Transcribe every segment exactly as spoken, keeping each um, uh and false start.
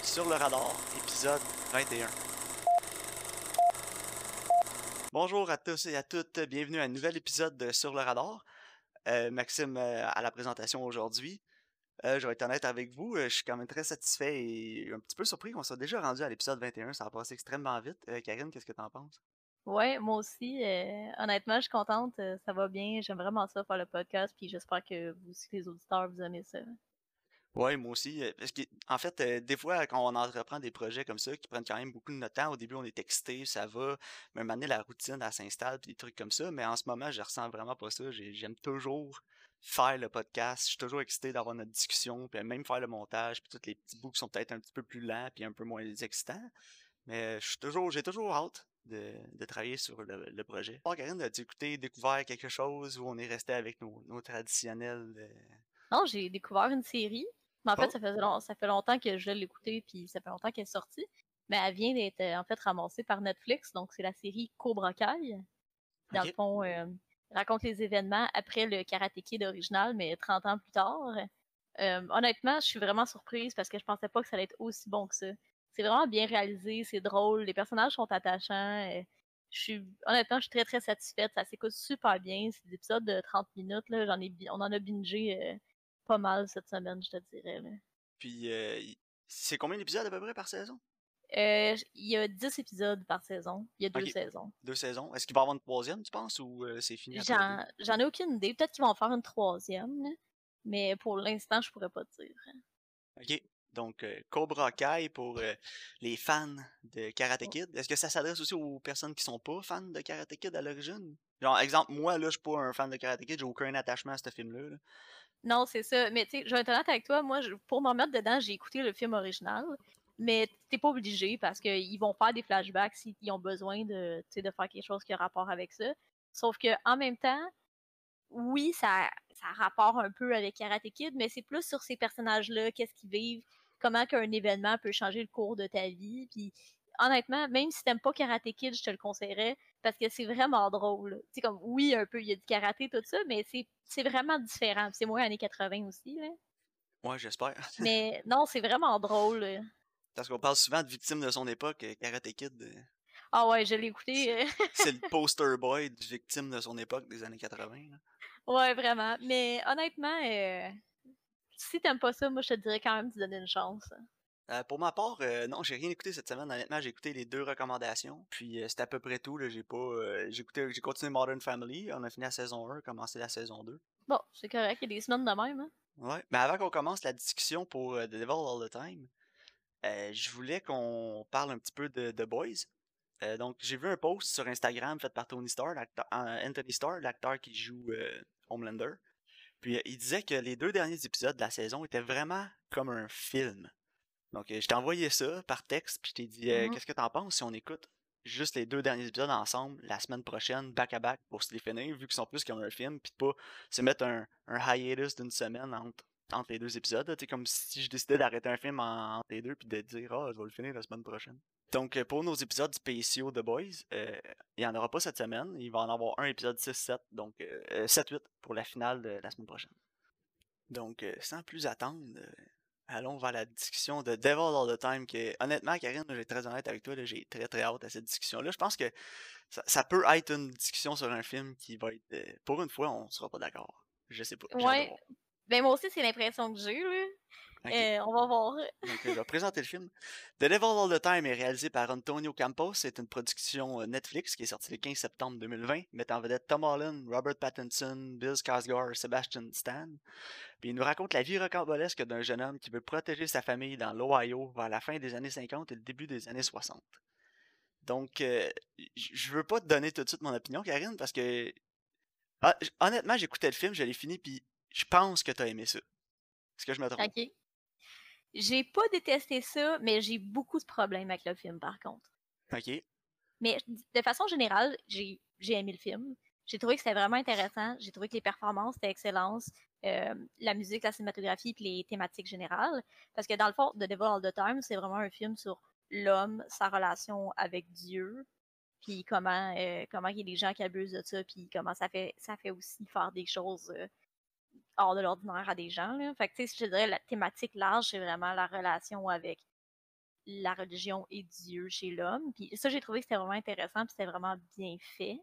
Sur le radar, épisode vingt et un. Bonjour à tous et à toutes, bienvenue à un nouvel épisode de Sur le radar. Euh, Maxime euh, à la présentation aujourd'hui. Euh, je vais être honnête avec vous, euh, je suis quand même très satisfait et un petit peu surpris qu'on soit déjà rendu à l'épisode vingt et un, ça a passé extrêmement vite. Euh, Karine, qu'est-ce que t'en penses? Ouais, moi aussi. Euh, honnêtement, je suis contente. euh, ça va bien. J'aime vraiment ça faire le podcast. Puis j'espère que vous aussi, les auditeurs, vous aimez ça. Ouais, moi aussi. euh, Parce que, en fait, euh, des fois, quand on entreprend des projets comme ça, qui prennent quand même beaucoup de notre temps, au début, on est excité, ça va. Mais à un moment donné, la routine, elle s'installe, puis des trucs comme ça. Mais en ce moment, je ressens vraiment pas ça. J'ai- J'aime toujours faire le podcast. Je suis toujours excité d'avoir notre discussion, puis même faire le montage, puis tous les petits bouts qui sont peut-être un petit peu plus lents, puis un peu moins excitants. Mais je suis toujours, j'ai toujours hâte de, de travailler sur le, le projet. Oh, Karine, as-tu écouté, découvert quelque chose où on est resté avec nos, nos traditionnels. euh, Non, j'ai découvert une série. Mais en fait, Oh, ça faisait long- ça fait longtemps que je l'ai l'écouter. Puis ça fait longtemps qu'elle est sortie. Mais elle vient d'être euh, en fait ramassée par Netflix. Donc c'est la série Cobra Kai. Dans le ok. fond, euh, raconte les événements après le Karate Kid original, mais trente ans plus tard. Euh, honnêtement, je suis vraiment surprise parce que je pensais pas que ça allait être aussi bon que ça. C'est vraiment bien réalisé, c'est drôle, les personnages sont attachants. euh, je suis honnêtement, je suis très très satisfaite. Ça s'écoute super bien. C'est des épisodes de trente minutes là. J'en ai, bi- on en a bingé euh, pas mal cette semaine, je te dirais. Là. Puis, euh, y- c'est combien d'épisodes à peu près par saison? Euh, Il y a dix épisodes par saison. Il y a deux Ok, saisons. deux saisons. Est-ce qu'il va y avoir une troisième, tu penses, ou euh, c'est fini après deux? J'en, j'en ai aucune idée. Peut-être qu'ils vont en faire une troisième, là. Mais pour l'instant, je pourrais pas te dire. Ok, donc euh, Cobra Kai pour euh, les fans de Karate Kid. Est-ce que ça s'adresse aussi aux personnes qui sont pas fans de Karate Kid à l'origine? Genre, exemple, moi, là, je suis pas un fan de Karate Kid, j'ai aucun attachement à ce film-là. Là. Non, c'est ça. Mais tu sais, je vais être honnête avec toi, moi, je- pour m'en mettre dedans, j'ai écouté le film original. Mais t'es pas obligé parce qu'ils vont faire des flashbacks s'ils ont besoin de, tu sais, de faire quelque chose qui a rapport avec ça. Sauf que en même temps, oui, ça, ça a rapport un peu avec Karate Kid, mais c'est plus sur ces personnages-là, qu'est-ce qu'ils vivent, comment qu'un événement peut changer le cours de ta vie. Puis honnêtement, même si t'aimes pas Karate Kid, je te le conseillerais parce que c'est vraiment drôle. C'est comme oui, un peu, il y a du karaté, tout ça, mais c'est c'est vraiment différent. C'est moins années quatre-vingts aussi, là. Ouais, j'espère. Mais non, c'est vraiment drôle. Parce qu'on parle souvent de victimes de son époque, euh, Karate Kid, euh, Ah ouais, je l'ai c'est écouté. euh, c'est le poster boy de victime de son époque des années quatre-vingts. Là. ouais, vraiment. Mais honnêtement, euh, si t'aimes pas ça, moi je te dirais quand même de donner une chance. Euh, pour ma part, euh, non, j'ai rien écouté cette semaine. Honnêtement, j'ai écouté les deux recommandations. Puis euh, c'était à peu près tout. Là. J'ai pas, euh, j'ai écouté, j'ai continué Modern Family. On a fini la saison un, commencé la saison deux. Bon, c'est correct, il y a des semaines de même, hein. Ouais. Mais avant qu'on commence la discussion pour euh, The Devil All the Time, euh, je voulais qu'on parle un petit peu de The Boys. Euh, donc, j'ai vu un post sur Instagram fait par Tony Starr, l'acteur- euh, Anthony Starr, l'acteur qui joue euh, Homelander. Puis euh, il disait que les deux derniers épisodes de la saison étaient vraiment comme un film. Donc, euh, je t'ai envoyé ça par texte, puis je t'ai dit, euh, Mhm. qu'est-ce que t'en penses si on écoute juste les deux derniers épisodes ensemble la semaine prochaine, back à back, pour se les finir, vu qu'ils sont plus comme un film, puis de pas se mettre un, un hiatus d'une semaine entre, entre les deux épisodes. C'est comme si je décidais d'arrêter un film en- entre les deux, puis de dire, ah, je vais le finir la semaine prochaine. Donc, euh, pour nos épisodes spéciaux de Boys, euh, il n'y en aura pas cette semaine. Il va en avoir un épisode six sept, donc euh, sept huit pour la finale de la semaine prochaine. Donc, euh, sans plus attendre, euh, allons vers la discussion de Devil All the Time. Que, honnêtement, Karine, je vais être très honnête avec toi, là, j'ai très très hâte à cette discussion-là. Je pense que ça, ça peut être une discussion sur un film qui va être. euh, pour une fois, on ne sera pas d'accord. Je sais pas, j'ai hâte de Ouais. voir. Ben moi aussi, c'est l'impression que j'ai, là. Ok, Euh, on va voir. donc euh, je vais présenter le film. The Devil All the Time est réalisé par Antonio Campos. C'est une production euh, Netflix qui est sortie le quinze septembre deux mille vingt, mettant en vedette Tom Holland, Robert Pattinson, Bill Skarsgård, Sebastian Stan. Puis il nous raconte la vie rocambolesque d'un jeune homme qui veut protéger sa famille dans l'Ohio vers la fin des années cinquante et le début des années soixante. Donc, euh, je veux pas te donner tout de suite mon opinion, Karine, parce que ah, honnêtement, j'écoutais le film, je l'ai fini, puis je pense que t'as aimé ça. Est-ce que je me trompe? Ok. J'ai pas détesté ça, mais j'ai beaucoup de problèmes avec le film, par contre. Ok. Mais de façon générale, j'ai j'ai aimé le film. J'ai trouvé que c'était vraiment intéressant. J'ai trouvé que les performances étaient excellentes. Euh, la musique, la cinématographie, puis les thématiques générales. Parce que dans le fond, The Devil All the Time, c'est vraiment un film sur l'homme, sa relation avec Dieu, puis comment euh, comment il y a des gens qui abusent de ça, puis comment ça fait ça fait aussi faire des choses euh, hors de l'ordinaire à des gens. Là. Fait que tu sais, je dirais la thématique large, c'est vraiment la relation avec la religion et Dieu chez l'homme. Puis ça, j'ai trouvé que c'était vraiment intéressant, puis c'était vraiment bien fait.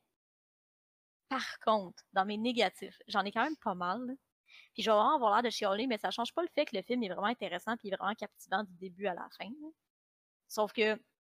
Par contre, dans mes négatifs, j'en ai quand même pas mal. Là. Puis je vais vraiment avoir l'air de chialer, mais ça change pas le fait que le film est vraiment intéressant puis il est vraiment captivant du début à la fin. Là. Sauf que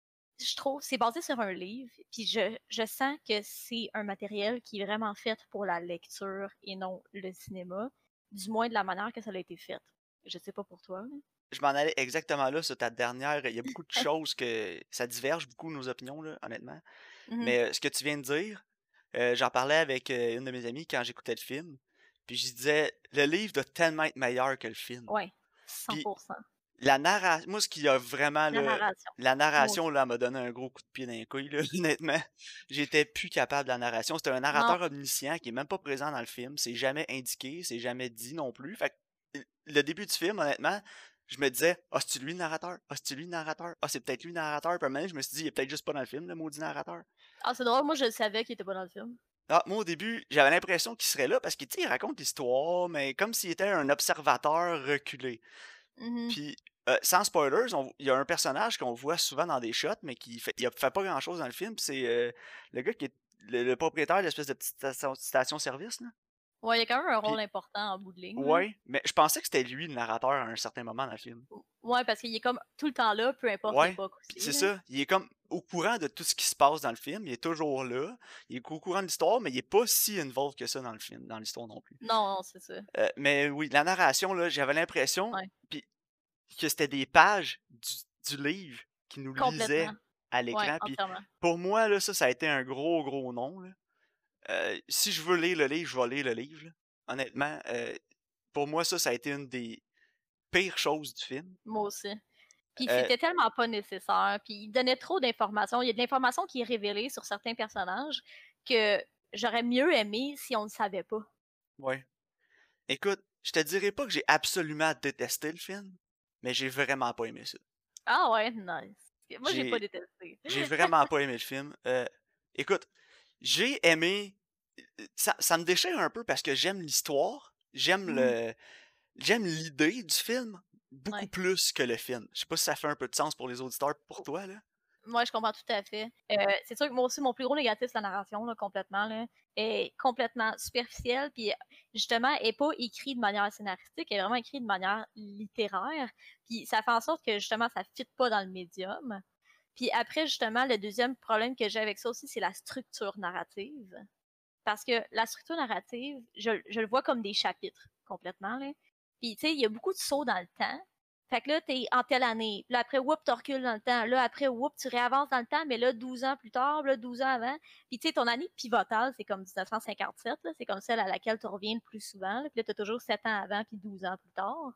je trouve c'est basé sur un livre, puis je, je sens que c'est un matériel qui est vraiment fait pour la lecture et non le cinéma, du moins de la manière que ça a été fait. Je sais pas pour toi. Là. Je m'en allais exactement là sur ta dernière. Il y a beaucoup de choses que ça diverge beaucoup nos opinions, là, honnêtement. Mhm. Mais euh, ce que tu viens de dire, euh, j'en parlais avec euh, une de mes amies quand j'écoutais le film. Puis je disais, le livre doit tellement être meilleur que le film. Ouais, cent Puis pour cent. la narration, moi, ce qui a vraiment, La là, narration. la Moi narration, aussi. là, m'a donné un gros coup de pied dans les couilles, là, honnêtement. J'étais plus capable de la narration. C'était un Non, narrateur omniscient qui est même pas présent dans le film. C'est jamais indiqué, c'est jamais dit non plus. Fait que le début du film, honnêtement, je me disais, ah, c'est-tu lui le narrateur? Ah, c'est-tu lui le narrateur? Ah, c'est peut-être lui le narrateur. Puis à un moment donné, je me suis dit, il est peut-être juste pas dans le film, le maudit narrateur. ah, c'est drôle, moi je savais qu'il était pas dans le film. Ah, moi, au début, j'avais l'impression qu'il serait là parce qu'il, tu sais, il raconte l'histoire, mais comme s'il était un observateur reculé. Mhm. Puis, euh, sans spoilers, on- il y a un personnage qu'on voit souvent dans des shots, mais qui fait, il fait pas grand-chose dans le film. Puis c'est euh, le gars qui est le, le propriétaire de l'espèce de petite station- station-service, là. Ouais, il y a quand même un rôle Puis, important en bout de ligne. Là. ouais, mais je pensais que c'était lui le narrateur à un certain moment dans le film. Ouais, parce qu'il est comme tout le temps là, peu importe Ouais, l'époque puis aussi. c'est Là. ça. Il est comme au courant de tout ce qui se passe dans le film. Il est toujours là. Il est au courant de l'histoire, mais il est pas si involved que ça dans le film, dans l'histoire non plus. Non, non, c'est ça. Euh, mais oui, la narration, là, j'avais l'impression Ouais, puis que c'était des pages du, du livre qui nous complètement. lisaient à Ouais, l'écran. Puis entièrement. pour moi, là, ça, ça a été un gros, gros non. Là. Euh, si je veux lire le livre, je vais lire le livre. Là. Honnêtement, euh, pour moi, ça, ça a été une des pires choses du film. Moi aussi. Puis Euh, c'était tellement pas nécessaire. Puis il donnait trop d'informations. Il y a de l'information qui est révélée sur certains personnages que j'aurais mieux aimé si on ne savait pas. ouais. Écoute, je te dirais pas que j'ai absolument détesté le film, mais j'ai vraiment pas aimé ça. Ah ouais, nice. Moi, j'ai pas J'ai détesté. j'ai vraiment pas aimé le film. Euh, écoute, j'ai aimé. Ça, ça me déchire un peu parce que j'aime l'histoire, j'aime Mhm. le, j'aime l'idée du film beaucoup Ouais. plus que le film. Je sais pas si ça fait un peu de sens pour les auditeurs, pour toi là. Moi, je comprends tout à fait. Euh, c'est sûr que moi aussi, mon plus gros négatif, c'est la narration, là, complètement, là, est complètement superficielle, puis justement, est pas écrit de manière scénaristique, elle est vraiment écrit de manière littéraire, puis ça fait en sorte que justement, ça fit pas dans le médium. Puis après, justement, le deuxième problème que j'ai avec ça aussi, c'est la structure narrative. Parce que la structure narrative, je, je le vois comme des chapitres, complètement, là. Puis, tu sais, il y a beaucoup de sauts dans le temps. Fait que là, t'es en telle année. Puis là, après, whoop, tu recules dans le temps. Là, après, whoop, tu réavances dans le temps, mais là, douze ans plus tard, là, douze ans avant. Puis, tu sais, ton année pivotale, c'est comme dix-neuf cent cinquante-sept, là. C'est comme celle à laquelle tu reviens le plus souvent. Là. Puis là, t'as toujours sept ans avant, puis douze ans plus tard.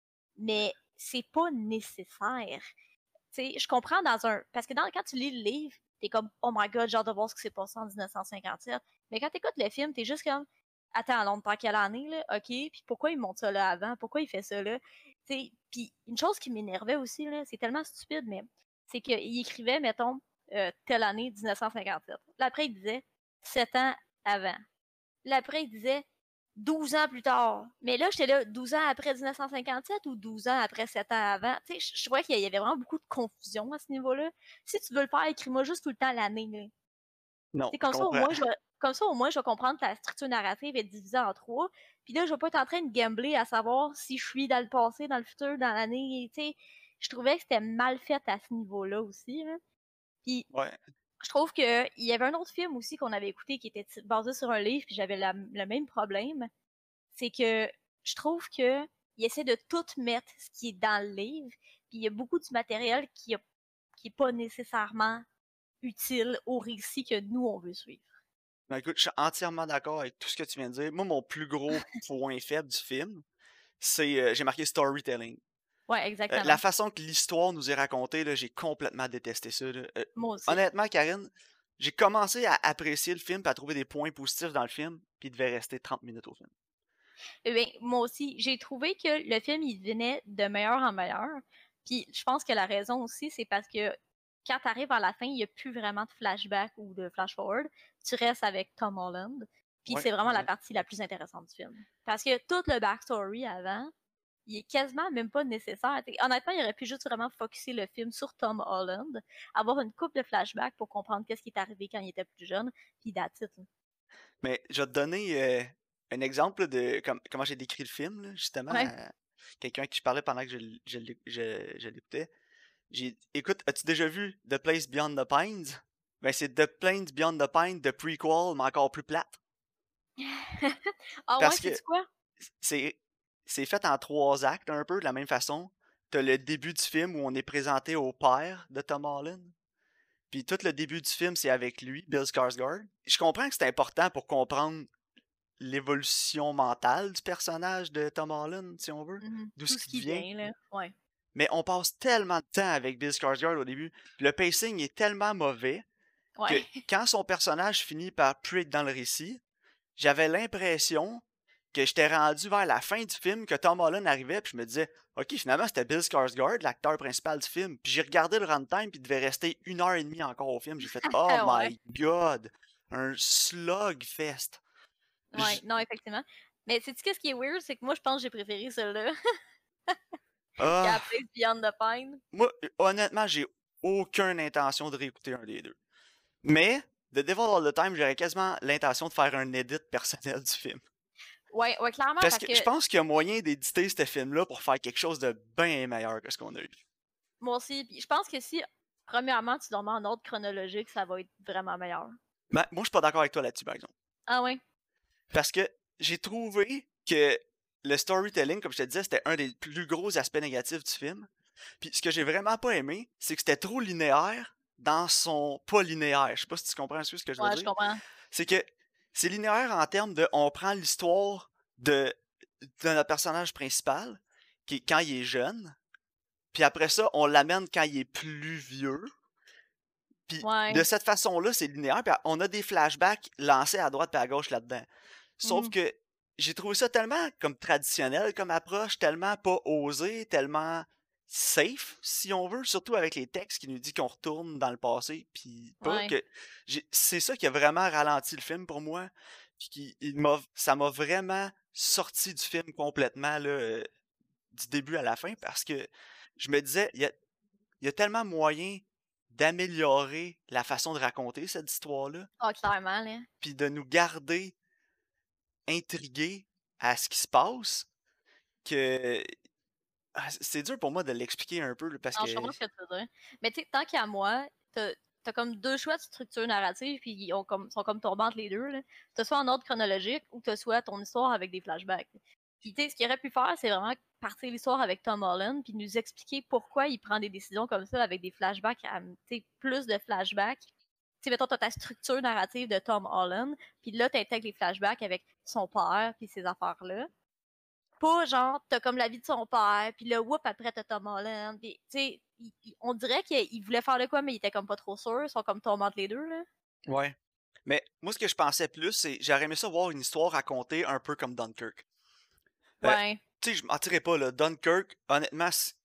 Mais c'est pas nécessaire. Tu sais, je comprends dans un... Parce que dans... quand tu lis le livre, t'es comme, oh my god, j'ai hâte de voir ce qui s'est passé en dix-neuf cent cinquante-sept. Mais quand t'écoutes le film, t'es juste comme, attends, on est quelle année, là? OK, puis pourquoi il monte ça là avant? Pourquoi il fait ça là? Tu sais, puis une chose qui m'énervait aussi, là, c'est tellement stupide, mais c'est qu'il écrivait, mettons, euh, telle année, dix-neuf cent cinquante-sept. Là, après, il disait sept ans avant. Là, après, il disait douze ans plus tard. Mais là, j'étais là, douze ans après dix-neuf cent cinquante-sept ou douze ans après sept ans avant? Tu sais, je, je vois qu'il y avait vraiment beaucoup de confusion à ce niveau-là. Si tu veux le faire, écris-moi juste tout le temps l'année. Là. Non, C'est je comme ça, au comprends. moins, je vais, comme ça, au moins, je vais comprendre que la structure narrative est divisée en trois. Puis là, je vais pas être en train de gambler à savoir si je suis dans le passé, dans le futur, dans l'année. Tu sais, je trouvais que c'était mal fait à ce niveau-là aussi. Là. Puis Ouais. je trouve qu'il y avait un autre film aussi qu'on avait écouté qui était basé sur un livre, puis j'avais la- le même problème. C'est que je trouve que il essaie de tout mettre ce qui est dans le livre, puis il y a beaucoup du matériel qui, a, qui est pas nécessairement utile au récit que nous on veut suivre. Ben, écoute, je suis entièrement d'accord avec tout ce que tu viens de dire. Moi, mon plus gros point faible du film, c'est euh, j'ai marqué storytelling. Ouais, Euh, la exactement. façon que l'histoire nous est racontée, là, j'ai complètement détesté ça. Là. Euh, Moi aussi. honnêtement, Karine, j'ai commencé à apprécier le film et à trouver des points positifs dans le film, puis il devait rester trente minutes au film. Eh bien, moi aussi, j'ai trouvé que le film il venait de meilleur en meilleur. Puis je pense que la raison aussi, c'est parce que quand tu arrives à la fin, il n'y a plus vraiment de flashback ou de flash forward. Tu restes avec Tom Holland. Puis Ouais, c'est vraiment la exact. partie la plus intéressante du film. Parce que tout le backstory avant, il est quasiment même pas nécessaire. T'sais, honnêtement, il aurait pu juste vraiment focusser le film sur Tom Holland, avoir une couple de flashbacks pour comprendre qu'est-ce qui est arrivé quand il était plus jeune, puis that's it. Là. Mais je vais te donner euh, un exemple là, de com- comment j'ai décrit le film, là, justement, Ouais. à quelqu'un à qui je parlais pendant que je, l- je, l'é- je- je l'écoutais. J'ai écoute, as-tu déjà vu The Place Beyond the Pines? Ben c'est The Place Beyond the Pines de prequel, mais encore plus plate. Ah ouais, Parce que c'est quoi? c'est c'est fait en trois actes, un peu de la même façon. T'as le début du film où on est présenté au père de Tom Holland. Puis tout le début du film, c'est avec lui, Bill Skarsgård. Je comprends que c'est important pour comprendre l'évolution mentale du personnage de Tom Holland, si on veut, Mhm. d'où ce Tout ce qui qui vient. vient, là. Ouais. Mais on passe tellement de temps avec Bill Skarsgård au début, puis le pacing est tellement mauvais que Ouais. quand son personnage finit par plus être dans le récit, j'avais l'impression que j'étais rendu vers la fin du film, que Tom Holland arrivait, puis je me disais, ok, finalement c'était Bill Skarsgård, l'acteur principal du film. Puis j'ai regardé le runtime, puis il devait rester une heure et demie encore au film. J'ai fait, oh Ouais. my god, un slugfest. Ouais. Non, effectivement. Mais sais-tu qu'est-ce qui est weird? C'est que moi, je pense que j'ai préféré celle-là qu'à Ah, Place Beyond the Pine. moi, honnêtement, j'ai aucune intention de réécouter un des deux. Mais, The Devil All the Time, j'aurais quasiment l'intention de faire un edit personnel du film. Ouais, ouais, clairement, Parce parce que que je pense qu'il y a moyen d'éditer ce film-là pour faire quelque chose de bien meilleur que ce qu'on a eu. moi aussi, puis je pense que si, premièrement, tu dormais en ordre chronologique, ça va être vraiment meilleur. Mais moi, je suis pas d'accord avec toi là-dessus, par exemple. Ah ouais? Parce que j'ai trouvé que le storytelling, comme je te disais, c'était un des plus gros aspects négatifs du film. Puis ce que j'ai vraiment pas aimé, c'est que c'était trop linéaire dans son pas linéaire. Je sais pas si tu comprends ce que je veux Ouais, je dire. comprends. C'est que c'est linéaire en termes de on prend l'histoire de, de notre personnage principal, qui quand il est jeune, puis après ça, on l'amène quand il est plus vieux. Puis Ouais. de cette façon-là, c'est linéaire, puis on a des flashbacks lancés à droite et à gauche là-dedans. Sauf Mhm. que j'ai trouvé ça tellement comme traditionnel comme approche, tellement pas osé, tellement safe, si on veut, surtout avec les textes qui nous disent qu'on retourne dans le passé, puis pas Ouais. que... j'ai- C'est ça qui a vraiment ralenti le film pour moi, puis qui, il m'a, ça m'a vraiment sorti du film complètement, là, euh, du début à la fin, parce que je me disais, il y a, il y a tellement moyen d'améliorer la façon de raconter cette histoire-là, Ah, clairement, là. puis de nous garder intrigués à ce qui se passe, que ah, c'est dur pour moi de l'expliquer un peu, là, parce Non, je que comprends ce que tu veux dire. Mais tu sais, tant qu'à moi, t'as t'as comme deux choix de structure narrative, puis ils ont comme, sont comme tombés entre les deux. Là. T'as soit en ordre chronologique, ou t'as soit ton histoire avec des flashbacks. Puis tu sais, ce qu'il aurait pu faire, c'est vraiment partir l'histoire avec Tom Holland, puis nous expliquer pourquoi il prend des décisions comme ça avec des flashbacks, à, tu sais, plus de flashbacks. Tu sais, mettons, t'as ta structure narrative de Tom Holland, puis là, t'intègres les flashbacks avec son père, puis ces affaires-là. Pas genre, t'as comme la vie de son père, puis là, whoop, après t'as Tom Holland. Puis, tu sais, il- il- on dirait qu'il voulait faire de quoi, mais il était comme pas trop sûr. Ils sont comme tombés entre les deux, là. ouais. Mais moi, ce que je pensais plus, c'est j'aurais aimé ça voir une histoire racontée un peu comme Dunkirk. Euh, Ouais. tu sais, je mentirais pas, là. Dunkirk, honnêtement, c'est-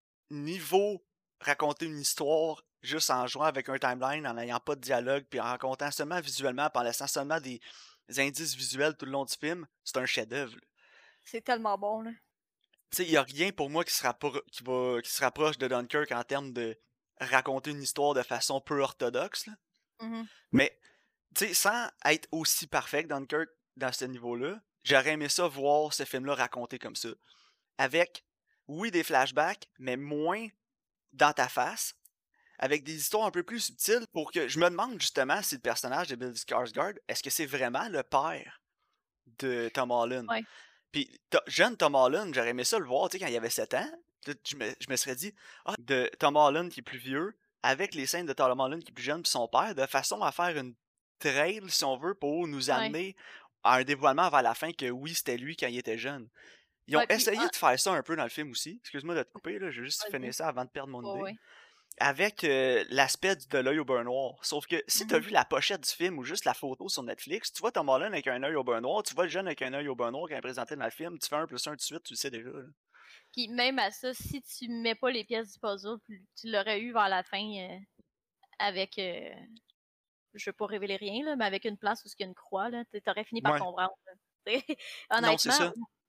niveau raconter une histoire juste en jouant avec un timeline, en n'ayant pas de dialogue, puis en racontant seulement visuellement, puis en laissant seulement des indices visuels tout le long du film, c'est un chef-d'œuvre. C'est tellement bon, là. Tu sais, il n'y a rien pour moi qui se, rappro- qui, va, qui se rapproche de Dunkirk en termes de raconter une histoire de façon peu orthodoxe, là. Mhm. Mais, tu sais, sans être aussi parfait que Dunkirk dans ce niveau-là, j'aurais aimé ça voir ce film-là raconté comme ça. Avec, oui, des flashbacks, mais moins dans ta face, avec des histoires un peu plus subtiles pour que je me demande justement si le personnage de Bill Skarsgård, est-ce que c'est vraiment le père de Tom Holland? Ouais. Puis, to- jeune Tom Holland, j'aurais aimé ça le voir, tu sais, quand il avait sept ans. Là, Je me, je me serais dit, ah, de Tom Holland qui est plus vieux, avec les scènes de Tom Holland qui est plus jeune, puis son père, de façon à faire une trail, si on veut, pour nous Ouais. amener à un dévoilement vers la fin que oui, c'était lui quand il était jeune. Ils ont Ouais, puis, essayé ah, de faire ça un peu dans le film aussi. Excuse-moi de te couper, là, je vais juste vas-y. finir ça avant de perdre mon Ouais, idée. ouais. Avec euh, l'aspect de l'œil au beurre noir. Sauf que si t'as Mhm. vu la pochette du film ou juste la photo sur Netflix, tu vois Tom Holland avec un œil au beurre noir, tu vois le jeune avec un œil au beurre noir qui est présenté dans le film, tu fais un plus un tout de suite, tu le sais déjà. Là. Puis même à ça, si tu mets pas les pièces du puzzle, puis tu l'aurais eu vers la fin euh, avec... euh, je veux pas révéler rien, là, mais avec une place où il y a une croix, là, t'aurais fini par Ouais. comprendre. Là. Non, c'est Honnêtement, ça.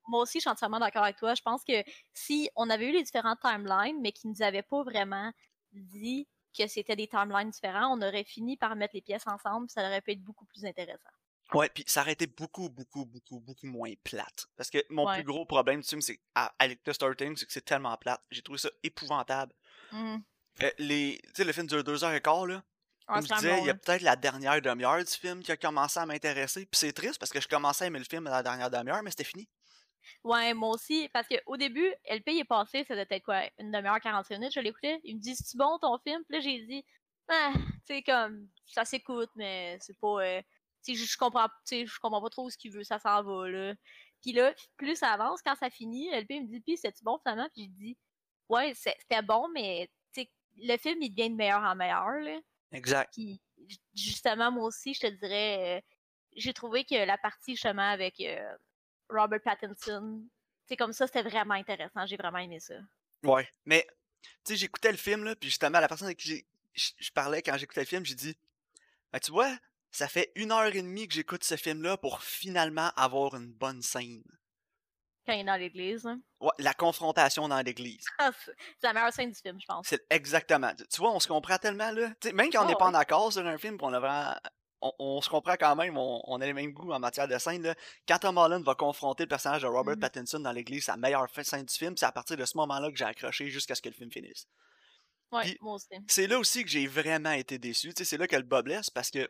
moi aussi, je suis entièrement d'accord avec toi. Je pense que si on avait eu les différentes timelines, mais qu'ils nous avaient pas vraiment dit que c'était des timelines différents, on aurait fini par mettre les pièces ensemble, ça aurait pu être beaucoup plus intéressant. Ouais, puis ça aurait été beaucoup, beaucoup, beaucoup, beaucoup moins plate. Parce que mon plus Ouais. gros problème du film, c'est à- avec The Starting, c'est que c'est tellement plate. J'ai trouvé ça épouvantable. Mhm. Euh, les, tu sais, le film dure deux heures et quart, là. Ouais, Comme c'est je quand même disais, long, il y a là. peut-être la dernière demi-heure du film qui a commencé à m'intéresser. Puis c'est triste parce que je commençais à aimer le film à la dernière demi-heure, mais c'était fini. Ouais, moi aussi, parce qu'au début, L P il est passé, ça devait être quoi, une demi-heure, quarante-cinq minutes, je l'écoutais. Il me dit, c'est-tu bon ton film? Puis là, j'ai dit, ah, tu sais, comme, ça s'écoute, mais c'est pas, euh, tu sais, je je comprends, tu sais, je comprends pas trop ce qu'il veut, ça s'en va, là. Puis là, plus ça avance, quand ça finit, L P me dit, puis c'est-tu bon finalement? Puis je dis, ouais, c'est- c'était bon, mais, tu sais, le film, il devient de meilleur en meilleur, là. Exact. Puis, ju- justement, moi aussi, je te dirais, euh, j'ai trouvé que la partie, justement, avec euh, Robert Pattinson, c'est comme ça, c'était vraiment intéressant. J'ai vraiment aimé ça. Ouais. Mais, tu sais, j'écoutais le film, là, puis justement, la personne avec qui j'ai- je je parlais quand j'écoutais le film, j'ai dit, ben, tu vois, ça fait une heure et demie que j'écoute ce film-là pour finalement avoir une bonne scène. Quand il est dans l'église, hein. Ouais, la confrontation dans l'église. Ah, c'est c'est la meilleure scène du film, je pense. C'est exactement. Tu vois, on se comprend tellement, là. Tu sais, même quand on n'est Oh, pas en ouais. accord sur un film, qu'on a vraiment. On, on se comprend quand même, on, on a les mêmes goûts en matière de scène. Là. Quand Tom Holland va confronter le personnage de Robert Mhm. Pattinson dans l'église, c'est la meilleure fin- scène du film. C'est à partir de ce moment-là que j'ai accroché jusqu'à ce que le film finisse. Ouais, Puis moi aussi. c'est là aussi que j'ai vraiment été déçu. Tu sais, c'est là que le bas blesse parce que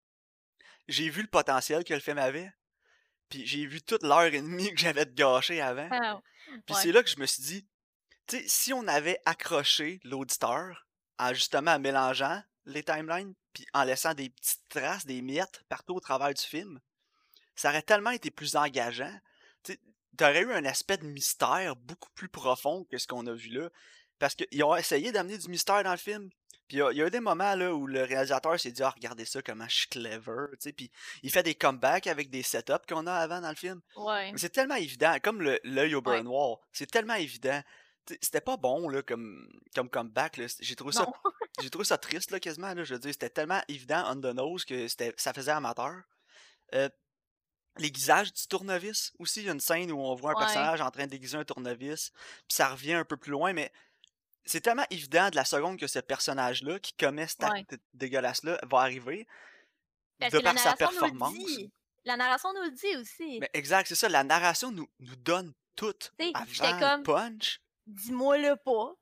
j'ai vu le potentiel que le film avait. Puis j'ai vu toute l'heure et demie que j'avais de gâché avant. Ah, Puis ouais. c'est là que je me suis dit, tu sais, si on avait accroché l'auditeur en justement en mélangeant les timelines, puis en laissant des petites traces, des miettes partout au travers du film, ça aurait tellement été plus engageant. Tu aurais eu un aspect de mystère beaucoup plus profond que ce qu'on a vu là. Parce qu'ils ont essayé d'amener du mystère dans le film. Puis il y, a- il y a eu des moments là où le réalisateur s'est dit, ah, regardez ça, comment je suis clever. Tu sais, puis il fait des comebacks avec des setups qu'on a avant dans le film. Ouais. Mais c'est tellement évident, comme le- l'œil au beurre Ouais. noir, c'est tellement évident. Tu sais, c'était pas bon là, comme, comme comeback. Là. J'ai trouvé ça. Non. J'ai trouvé ça triste là, quasiment. Là, je veux dire, c'était tellement évident on the nose que c'était, ça faisait amateur. Euh, L'aiguisage du tournevis aussi, il y a une scène où on voit un Ouais. personnage en train d'aiguiser un tournevis, puis ça revient un peu plus loin, mais c'est tellement évident de la seconde que ce personnage-là, qui commet cet Ouais. acte dégueulasse-là, va arriver, Parce de que la par sa narration nous le performance. dit. La narration nous le dit aussi. Mais exact, c'est ça, la narration nous, nous donne tout Tu sais, j'étais avant le comme, punch. dis-moi le pas.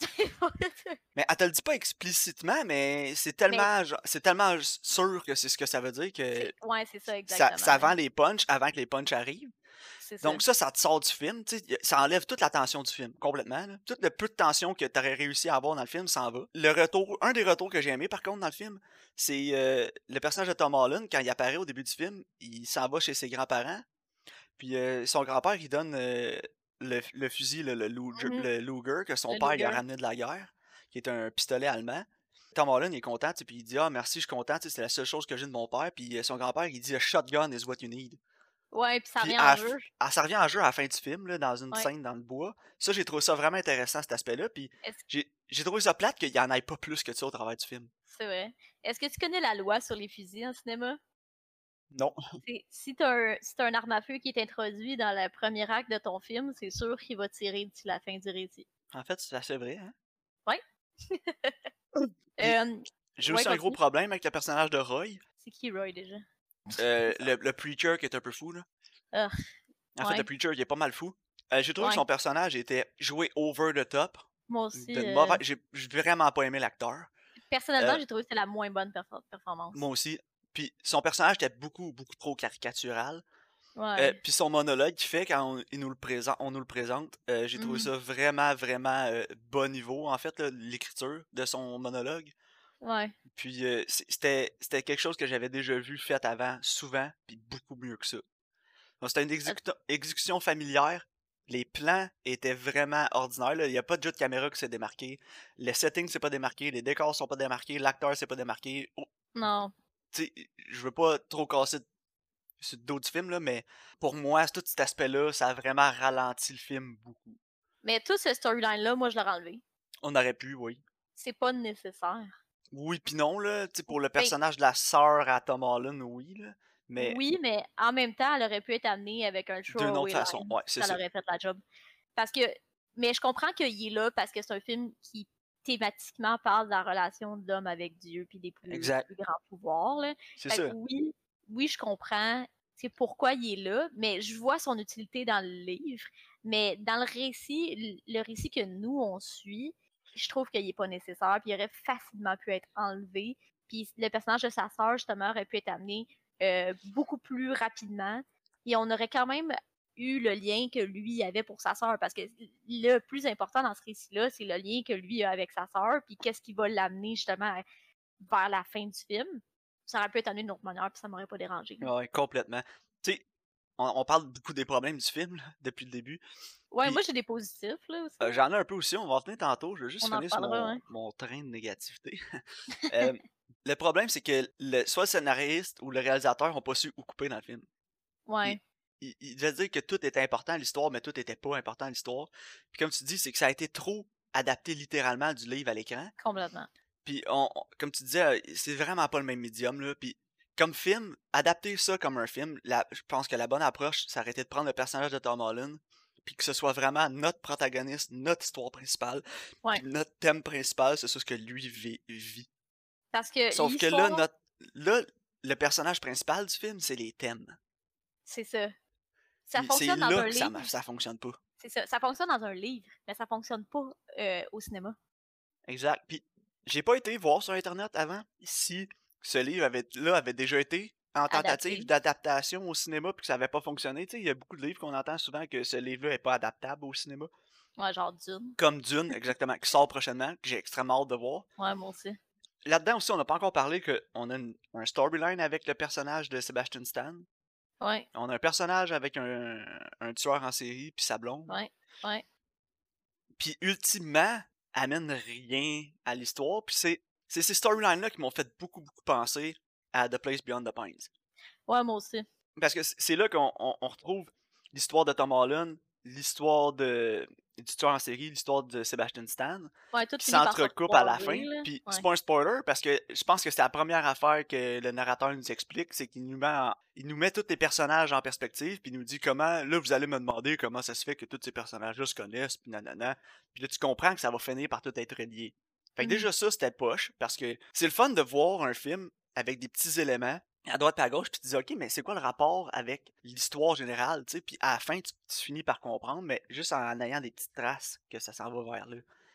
Mais elle te le dit pas explicitement, mais c'est Mais tellement, genre- c'est tellement sûr que c'est ce que ça veut dire que c'est, ouais, c'est ça, ça, exactement. ça Là. vend les punchs avant que les punchs arrivent. C'est ça. Donc ça, ça te sort du film, tu sais, y a- ça enlève toute la tension du film, complètement. Là. Tout le peu de tension que tu aurais réussi à avoir dans le film s'en va. Le retour, un des retours que j'ai aimé par contre dans le film, c'est euh, le personnage de Tom Holland, quand il apparaît au début du film, il s'en va chez ses grands-parents, puis euh, son grand-père, il donne euh, le, le fusil, le, le Luger, Mhm. le Luger, que son Le père il a Luger. ramené de la guerre, qui est un pistolet allemand. Tom Holland il est content, tu sais, puis il dit « Ah, merci, je suis content, tu sais, c'est la seule chose que j'ai de mon père. » Puis euh, son grand-père, il dit « A shotgun is what you need. » Ouais, puis ça Puis revient à en la f- jeu. à- ça revient en jeu à la fin du film, là, dans une Ouais. scène dans le bois. Ça, j'ai trouvé ça vraiment intéressant, cet aspect-là. Puis Est-ce- j'ai j'ai trouvé ça plate qu'il n'y en ait pas plus que ça au travers du film. C'est vrai. Est-ce que tu connais la loi sur les fusils en cinéma? Non. C'est- Si t'as un, si t'as un arme à feu qui est introduit dans le premier acte de ton film, c'est sûr qu'il va tirer d'ici la fin du récit. En fait, c'est assez vrai. Hein? Ouais. Puis Euh, j'ai ouais, aussi un gros continue. problème avec le personnage de Roy. C'est qui Roy déjà? Euh, le, le Preacher qui est un peu fou. Là. Ah, En fait, le ouais, Preacher, il est pas mal fou. Euh, j'ai trouvé que ouais. son personnage était joué over the top. Moi aussi, De euh, mauvais... J'ai j'ai vraiment pas aimé l'acteur. personnellement, Euh, j'ai trouvé que c'était la moins bonne perfor- performance. moi aussi. Puis son personnage était beaucoup, beaucoup trop caricatural. Euh, Ouais. puis son monologue qu'il fait quand on, il nous le présente, on nous le présente, euh, j'ai trouvé Mhm. ça vraiment, vraiment euh, bas niveau, en fait, là, l'écriture de son monologue. Ouais. Puis euh, c'est- c'était c'était quelque chose que j'avais déjà vu fait avant, souvent, puis beaucoup mieux que ça. Donc c'était une Euh, exécuta- exécution familière. Les plans étaient vraiment ordinaires. Là. Il n'y a pas de jeu de caméra qui s'est démarqué. Le setting s'est pas démarqué. Les décors sont pas démarqués. L'acteur s'est pas démarqué. Oh, Non. tu sais, je veux pas trop casser sur le dos du film, là, mais pour moi, tout cet aspect-là, ça a vraiment ralenti le film beaucoup. Mais tout ce storyline-là, moi, je l'aurais enlevé. On aurait pu, oui. C'est pas nécessaire. Oui, puis non, là, tu sais, pour le Ben, personnage de la sœur à Tom Holland, oui, là. Mais Oui, mais en même temps, elle aurait pu être amenée avec un d'une autre throwaway façon, line, ouais, puis c'est ça ça. l'aurait fait la job. Parce que, mais je comprends qu'il est là parce que c'est un film qui thématiquement parle de la relation de l'homme avec Dieu puis des plus, Exact. plus grands pouvoirs, là. C'est Fait que ça. oui, oui, je comprends c'est pourquoi il est là, mais je vois son utilité dans le livre. Mais dans le récit, le récit que nous, on suit, je trouve qu'il n'est pas nécessaire, puis il aurait facilement pu être enlevé. Puis le personnage de sa sœur, justement, aurait pu être amené euh, beaucoup plus rapidement. Et on aurait quand même eu le lien que lui avait pour sa sœur, parce que le plus important dans ce récit-là, c'est le lien que lui a avec sa sœur, puis qu'est-ce qui va l'amener justement vers la fin du film. Ça aurait pu être amené d'une autre manière, puis ça m'aurait pas dérangé. Ouais, complètement. Tu sais, on, on parle beaucoup des problèmes du film là, depuis le début. Ouais, moi Puis j'ai des positifs là aussi. euh, j'en ai un peu aussi, on va en revenir tantôt. Je veux juste On en finir sur reparlera, mon, hein. mon train de négativité. Euh, le problème, c'est que le, soit le scénariste ou le réalisateur n'ont pas su où couper dans le film. Il, Ouais, il, il devait dire que tout était important à l'histoire, mais tout était pas important à l'histoire. Puis comme tu dis, c'est que ça a été trop adapté littéralement du livre à l'écran. complètement. Puis on, on- comme tu disais, euh, c'est vraiment pas le même médium là. Puis comme film, adapter ça comme un film, la- je pense que la bonne approche, ça aurait été de prendre le personnage de Tom Holland, puis que ce soit vraiment notre protagoniste, notre histoire principale, Ouais. puis notre thème principal, c'est ça ce que lui vit. vit. Parce que Sauf que là, l'histoire, notre, là, le personnage principal du film, c'est les thèmes. c'est ça. Ça Puis c'est fonctionne dans là un que ça, livre. ma- ça fonctionne pas. C'est ça. Ça fonctionne dans un livre, mais ça fonctionne pas euh, au cinéma. Exact. Puis j'ai pas été voir sur Internet avant si ce livre avait, là, avait déjà été en tentative Adapté. d'adaptation au cinéma puis que ça avait pas fonctionné. Tu sais, il y a beaucoup de livres qu'on entend souvent que ce livre-là est pas adaptable au cinéma. Ouais, genre Dune. Comme Dune, exactement, qui sort prochainement, que j'ai extrêmement hâte de voir. Ouais, moi aussi. Là-dedans aussi, on n'a pas encore parlé qu'on a une- un storyline avec le personnage de Sebastian Stan. Ouais, On a un personnage avec un, un tueur en série puis sa blonde. ouais, ouais. Puis ultimement, amène rien à l'histoire. Puis c'est c'est ces storylines-là qui m'ont fait beaucoup, beaucoup penser à The Place Beyond the Pines. Ouais, moi aussi. Parce que c'est là qu'on on, on retrouve l'histoire de Tom Holland, l'histoire de du tueur en série, l'histoire de Sebastian Stan, Ouais, tout qui finit par se s'entrecoupe à la recroiser, fin. là. Puis c'est Ouais. pas un spoiler parce que je pense que c'est la première affaire que le narrateur nous explique, c'est qu'il nous met en- il nous met tous les personnages en perspective, puis il nous dit comment, là vous allez me demander comment ça se fait que tous ces personnages-là se connaissent, puis nanana. Puis là tu comprends que ça va finir par tout être relié. Fait que Mhm. déjà ça c'était poche parce que c'est le fun de voir un film avec des petits éléments à droite et à gauche, puis tu te dis, ok, mais c'est quoi le rapport avec l'histoire générale, tu sais, puis à la fin, tu, tu finis par comprendre, mais juste en ayant des petites traces que ça s'en va vers là.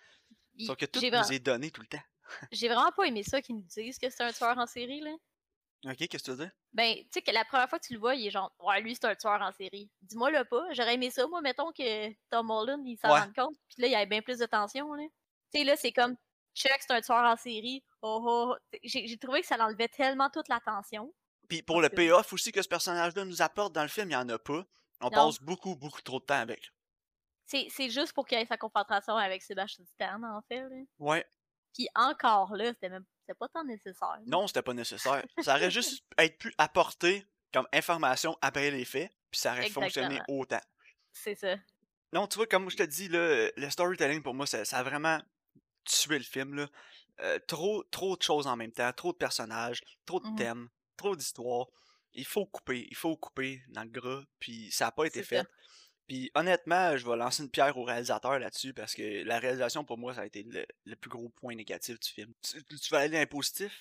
Il- Sauf que tout J'ai nous vra- est donné tout le temps. j'ai vraiment pas aimé ça qu'ils nous disent que c'est un tueur en série, là. Ok, qu'est-ce que tu veux dire? Ben, tu sais que la première fois que tu le vois, il est genre, ouais, lui, c'est un tueur en série. Dis-moi le pas. J'aurais aimé ça, moi, mettons que Tom Holland, il s'en Ouais. rende compte, puis là, il y avait bien plus de tension, là. Tu sais, là, c'est comme, Chuck, c'est un tueur en série. Oh, oh, oh. J'ai j'ai trouvé que ça enlevait tellement toute la tension. Puis En pour tout le cas, payoff aussi que ce personnage-là nous apporte dans le film, il n'y en a pas. On non. passe beaucoup, beaucoup trop de temps avec. C'est c'est juste pour qu'il y ait sa confrontation avec Sébastien Stan, en fait, là. Ouais. Puis encore là, c'était même c'était pas tant nécessaire. Non, c'était pas nécessaire. Ça aurait juste être pu apporter comme information après les faits, puis ça aurait fonctionné Exactement. autant. C'est ça. Non, tu vois, comme je te dis, là, le storytelling pour moi, ça, ça a vraiment tué le film. Là. Euh, trop, trop de choses en même temps, trop de personnages, trop de Mhm. thèmes, trop d'histoires. Il faut couper, il faut couper dans le gras, puis ça n'a pas été C'est ça. fait. Puis honnêtement, je vais lancer une pierre au réalisateur là-dessus parce que la réalisation pour moi, ça a été le, le plus gros point négatif du film. Tu, tu vas aller dans un positif?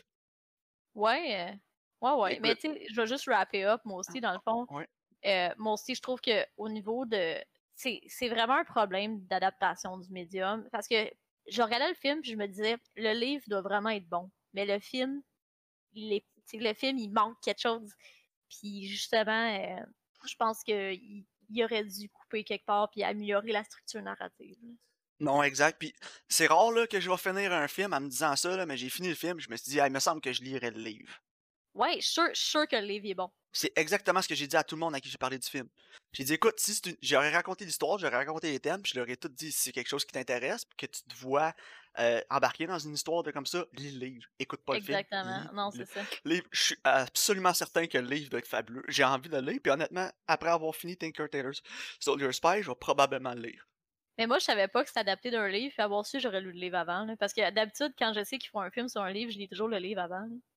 Ouais, euh, ouais, ouais. Mais Écoute, tu sais, je vais juste wrapper up, moi aussi, dans le fond. ouais, Euh, moi aussi, je trouve que au niveau de. C'est c'est vraiment un problème d'adaptation du médium. Parce que je regardais le film, puis je me disais, le livre doit vraiment être bon. Mais le film, il est, tu sais, le film, il manque quelque chose. Puis justement, euh, je pense qu'il il aurait dû couper quelque part puis améliorer la structure narrative. là. non, exact. Puis c'est rare là, que je vais finir un film en me disant ça, là, mais j'ai fini le film, je me suis dit, ah, il me semble que je lirais le livre. Ouais, je suis sûr, je suis sûr que le livre est bon. C'est exactement ce que j'ai dit à tout le monde à qui j'ai parlé du film. J'ai dit, écoute, si c'est une- j'aurais raconté l'histoire, j'aurais raconté les thèmes, puis je leur ai tout dit, si c'est quelque chose qui t'intéresse, puis que tu te vois euh, embarquer dans une histoire de comme ça, lis le livre. Écoute pas le film, Exactement. lis Non, le c'est ça. livre. Je suis absolument certain que le livre doit être fabuleux. J'ai envie de le lire, puis honnêtement, après avoir fini Tinker Tailor's Soldier Spy, je vais probablement le lire. Mais moi, je savais pas que c'était adapté d'un livre. Puis avoir su, j'aurais lu le livre avant. là. Parce que d'habitude, quand je sais qu'ils font un film sur un livre, je lis toujours le livre avant. là.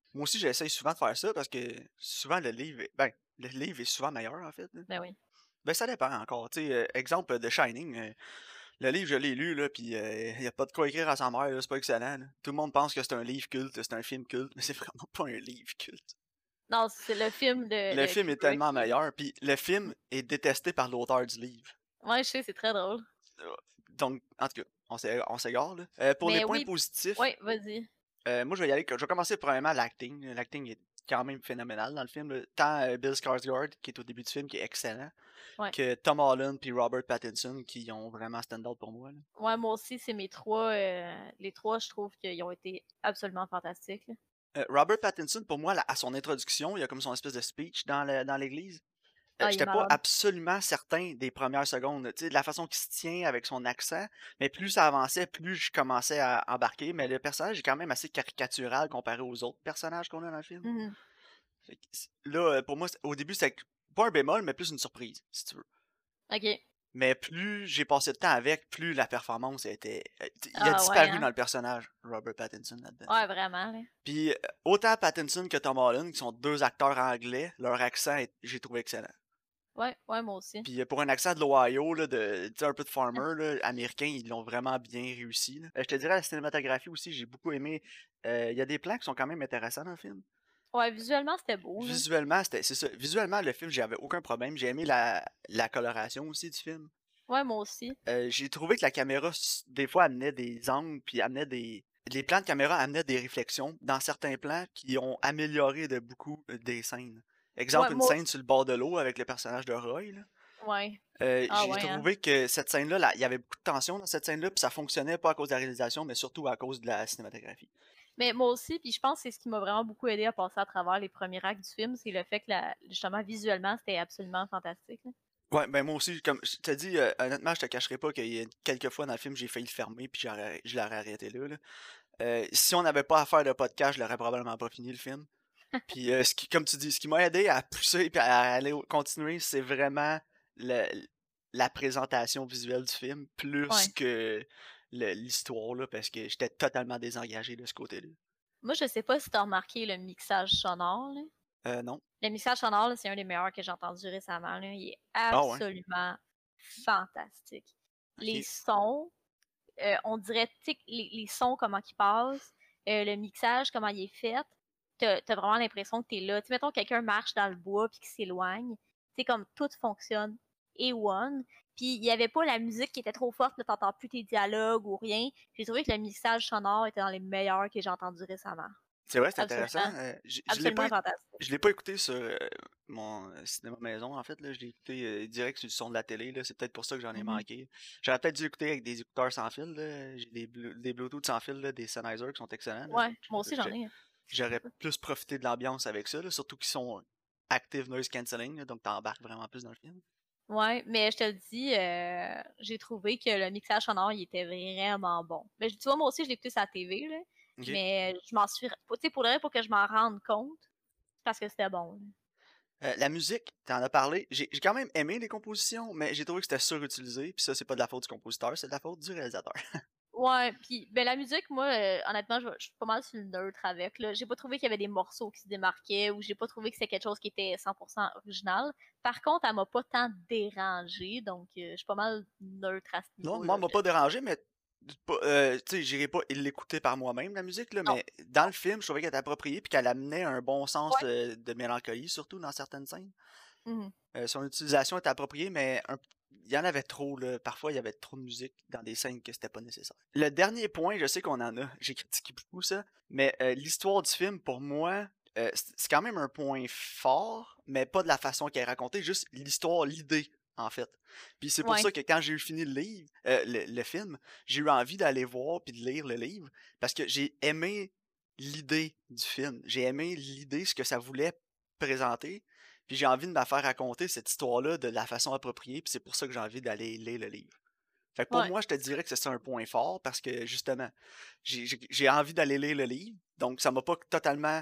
Moi aussi, j'essaye souvent de faire ça parce que souvent le livre est... Ben, le livre est souvent meilleur en fait. Là. Ben oui. Ben ça dépend encore. Tu sais, euh, exemple de Shining, euh, le livre je l'ai lu là, puis il n'y a pas de quoi écrire à sa mère, là, c'est pas excellent. Là. Tout le monde pense que c'est un livre culte, c'est un film culte, mais c'est vraiment pas un livre culte. Non, c'est le film de, Le de film est Kubrick tellement qui est- meilleur, puis le film est détesté par l'auteur du livre. Ouais, je sais, c'est très drôle. Euh, Donc, en tout cas, on s'é- on s'égare là. Euh, pour les Mais points oui, positifs, ouais, vas-y. euh, moi je vais y aller. Je vais commencer premièrement l'acting. L'acting est quand même phénoménal dans le film. Là. Tant euh, Bill Skarsgård, qui est au début du film, qui est excellent, Ouais. que Tom Holland puis Robert Pattinson, qui ont vraiment stand-out pour moi. Là. Ouais, moi aussi, c'est mes trois. euh, les trois, je trouve qu'ils ont été absolument fantastiques. là. Euh, Robert Pattinson, pour moi, là, à son introduction, il y a comme son espèce de speech dans le- dans l'église. Euh, Ah, il est J'étais pas malade. absolument certain des premières secondes, tu sais, de la façon qu'il se tient avec son accent, mais plus ça avançait, plus je commençais à embarquer, mais le personnage est quand même assez caricatural comparé aux autres personnages qu'on a dans le film. Mhm. Fait que c- là, euh, pour moi, c'est- au début, c'était pas un bémol, mais plus une surprise, si tu veux. Ok. Mais plus j'ai passé de temps avec, plus la performance était... euh, t- Il a Ah, ouais, disparu hein. dans le personnage, Robert Pattinson, là-dedans. Ouais, vraiment. là. Puis, euh, autant Pattinson que Tom Holland, qui sont deux acteurs anglais, leur accent, est- j'ai trouvé excellent. Ouais, ouais, moi aussi. Puis euh, pour un accent de l'Ohio, là, de, tu sais, un peu de farmer, là, américain, ils l'ont vraiment bien réussi. là. Euh, je te dirais, la cinématographie aussi, j'ai beaucoup aimé. Euh, Il y a des plans qui sont quand même intéressants dans le film. Ouais, visuellement, c'était beau. là. Visuellement, c'était, c'est ça. Visuellement, le film, j'avais aucun problème. J'ai aimé la, la coloration aussi du film. Ouais, moi aussi. Euh, j'ai trouvé que la caméra, s- des fois, amenait des angles, puis amenait des... Les plans de caméra amenaient des réflexions dans certains plans qui ont amélioré de beaucoup euh, des scènes. Ouais, Exemple, une moi scène aussi. sur le bord de l'eau avec le personnage de Roy, là. Ouais. Euh, Ah, j'ai ouais, hein. trouvé que cette scène-là, là, il y avait beaucoup de tension dans cette scène-là, puis ça fonctionnait pas à cause de la réalisation, mais surtout à cause de la cinématographie. Mais moi aussi, puis je pense que c'est ce qui m'a vraiment beaucoup aidé à passer à travers les premiers actes du film, c'est le fait que, la, justement, visuellement, c'était absolument fantastique. là. Ouais, ben moi aussi, comme je te dis, euh, honnêtement, je te cacherai pas qu'il y a quelques fois dans le film, j'ai failli le fermer, puis j'aurais- je l'aurais arrêté là. là. Euh, si on n'avait pas à faire de podcast, je l'aurais probablement pas fini le film. Puis, euh, ce qui, comme tu dis, ce qui m'a aidé à pousser et à aller au- continuer, c'est vraiment le- la présentation visuelle du film, plus Ouais. que le- l'histoire, là, parce que j'étais totalement désengagé de ce côté-là. Moi, je sais pas si t'as remarqué le mixage sonore. là. Euh, non. Le mixage sonore, là, c'est un des meilleurs que j'ai entendu récemment. là. Il est Ah ouais, absolument fantastique. Les ok. sons, euh, on dirait, tu sais, les, les sons, comment ils passent, euh, le mixage, comment il est fait, t'as as vraiment l'impression que t'es là. Tu sais, mettons, quelqu'un marche dans le bois puis qu'il s'éloigne, c'est comme tout fonctionne. Et one. Puis il y avait pas la musique qui était trop forte, ne t'entends plus tes dialogues ou rien. J'ai trouvé que le mixage sonore était dans les meilleurs que j'ai entendus récemment. C'est vrai, c'est intéressant. Absolument. Euh, j- je l'ai pas, Absolument éc- fantastique. je l'ai pas écouté sur euh, mon euh, cinéma maison, en fait. Là. Je l'ai écouté euh, direct sur le son de la télé. Là. C'est peut-être pour ça que j'en ai Mhm. manqué. J'aurais peut-être dû l'écouter avec des écouteurs sans fil. là. J'ai des, Blu- des Bluetooth sans fil, là, des Sennheiser qui sont excellents. là. Ouais, Donc, moi aussi j'en j'ai- ai. un. j'aurais plus profité de l'ambiance avec ça, là, surtout qu'ils sont active noise cancelling, là, donc t'embarques vraiment plus dans le film. Ouais, mais je te le dis, euh, j'ai trouvé que le mixage sonore, il était vraiment bon. Mais tu vois, moi aussi, je l'ai écouté sur la T V, là, Ok. mais je m'en suis... Tu sais, pour le vrai, pour que je m'en rende compte, parce que c'était bon. là. Euh, la musique, t'en as parlé. J'ai j'ai quand même aimé les compositions, mais j'ai trouvé que c'était surutilisé. Puis ça, c'est pas de la faute du compositeur, c'est de la faute du réalisateur. Ouais, puis ben, la musique, moi, euh, honnêtement, je, je suis pas mal sur le neutre avec. Là. J'ai pas trouvé qu'il y avait des morceaux qui se démarquaient ou j'ai pas trouvé que c'était quelque chose qui était cent pour cent original. Par contre, elle m'a pas tant dérangé, donc euh, je suis pas mal neutre à ce Non, niveau-là. moi, elle m'a pas dérangé, mais pas- euh, tu sais, j'irai pas l'écouter par moi-même, la musique, là, Non. mais dans le film, je trouvais qu'elle était appropriée puis qu'elle amenait un bon sens Ouais. euh, de mélancolie, surtout dans certaines scènes. Mhm. Euh, son utilisation était appropriée, mais un- il y en avait trop, là. Parfois, il y avait trop de musique dans des scènes que c'était pas nécessaire. Le dernier point, je sais qu'on en a, j'ai critiqué beaucoup ça, mais euh, l'histoire du film, pour moi, euh, c'est c'est quand même un point fort, mais pas de la façon qu'elle est racontée, juste l'histoire, l'idée, en fait. Puis c'est pour Ouais. ça que quand j'ai eu fini le livre, euh, le, le film, j'ai eu envie d'aller voir puis de lire le livre, parce que j'ai aimé l'idée du film. J'ai aimé l'idée, ce que ça voulait présenter. Puis j'ai envie de me faire raconter cette histoire-là de la façon appropriée, puis c'est pour ça que j'ai envie d'aller lire le livre. Fait que pour Ouais. moi, je te dirais que c'est un point fort parce que justement, j'ai- j'ai j'ai envie d'aller lire le livre, donc ça m'a pas totalement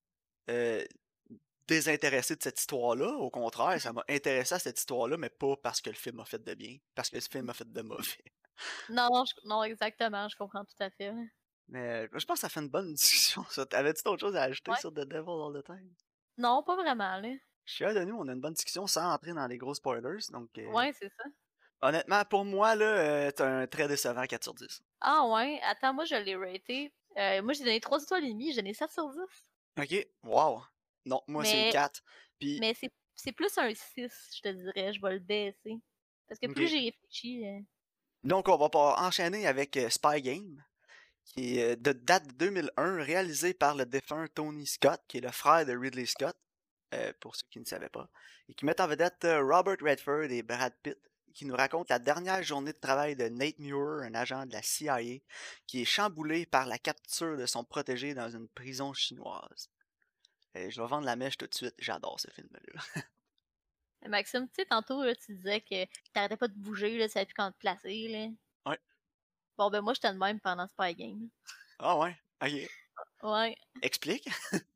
euh, désintéressé de cette histoire-là. Au contraire, ça m'a intéressé à cette histoire-là, mais pas parce que le film a fait de bien, parce que le film a fait de mauvais. Non, non, je- non, exactement, je comprends tout à fait. là. Mais euh, je pense que ça fait une bonne discussion, ça. T'avais-tu d'autres choses à ajouter Ouais. sur The Devil All the Time? Non, pas vraiment, là. Je suis fier de nous, on a une bonne discussion sans entrer dans les gros spoilers. Donc, euh, Ouais, c'est ça. honnêtement, pour moi, là, euh, t'as un très décevant quatre sur dix. Ah ouais, attends, moi je l'ai raté. Euh, moi j'ai donné trois étoiles et demie, j'ai donné sept sur dix. Ok, wow. Non, moi, c'est Mais, quatre. Puis, mais c'est c'est plus un six, je te dirais, je vais le baisser. Parce que ok. plus j'ai réfléchi. euh, Donc, on va pas enchaîner avec euh, Spy Game, qui est euh, de date de deux mille un, réalisé par le défunt Tony Scott, qui est le frère de Ridley Scott, euh, pour ceux qui ne savaient pas, et qui met en vedette euh, Robert Redford et Brad Pitt, qui nous raconte la dernière journée de travail de Nate Muir, un agent de la C I A, qui est chamboulé par la capture de son protégé dans une prison chinoise. Et je vais vendre la mèche tout de suite, j'adore ce film-là. Maxime, tu sais, tantôt là, tu disais que t'arrêtais pas de bouger, là, tu savais plus quand te placer. Là. Ouais. Bon ben moi j'étais de même pendant Spy Game. Ah ouais, ok. Ouais. Explique.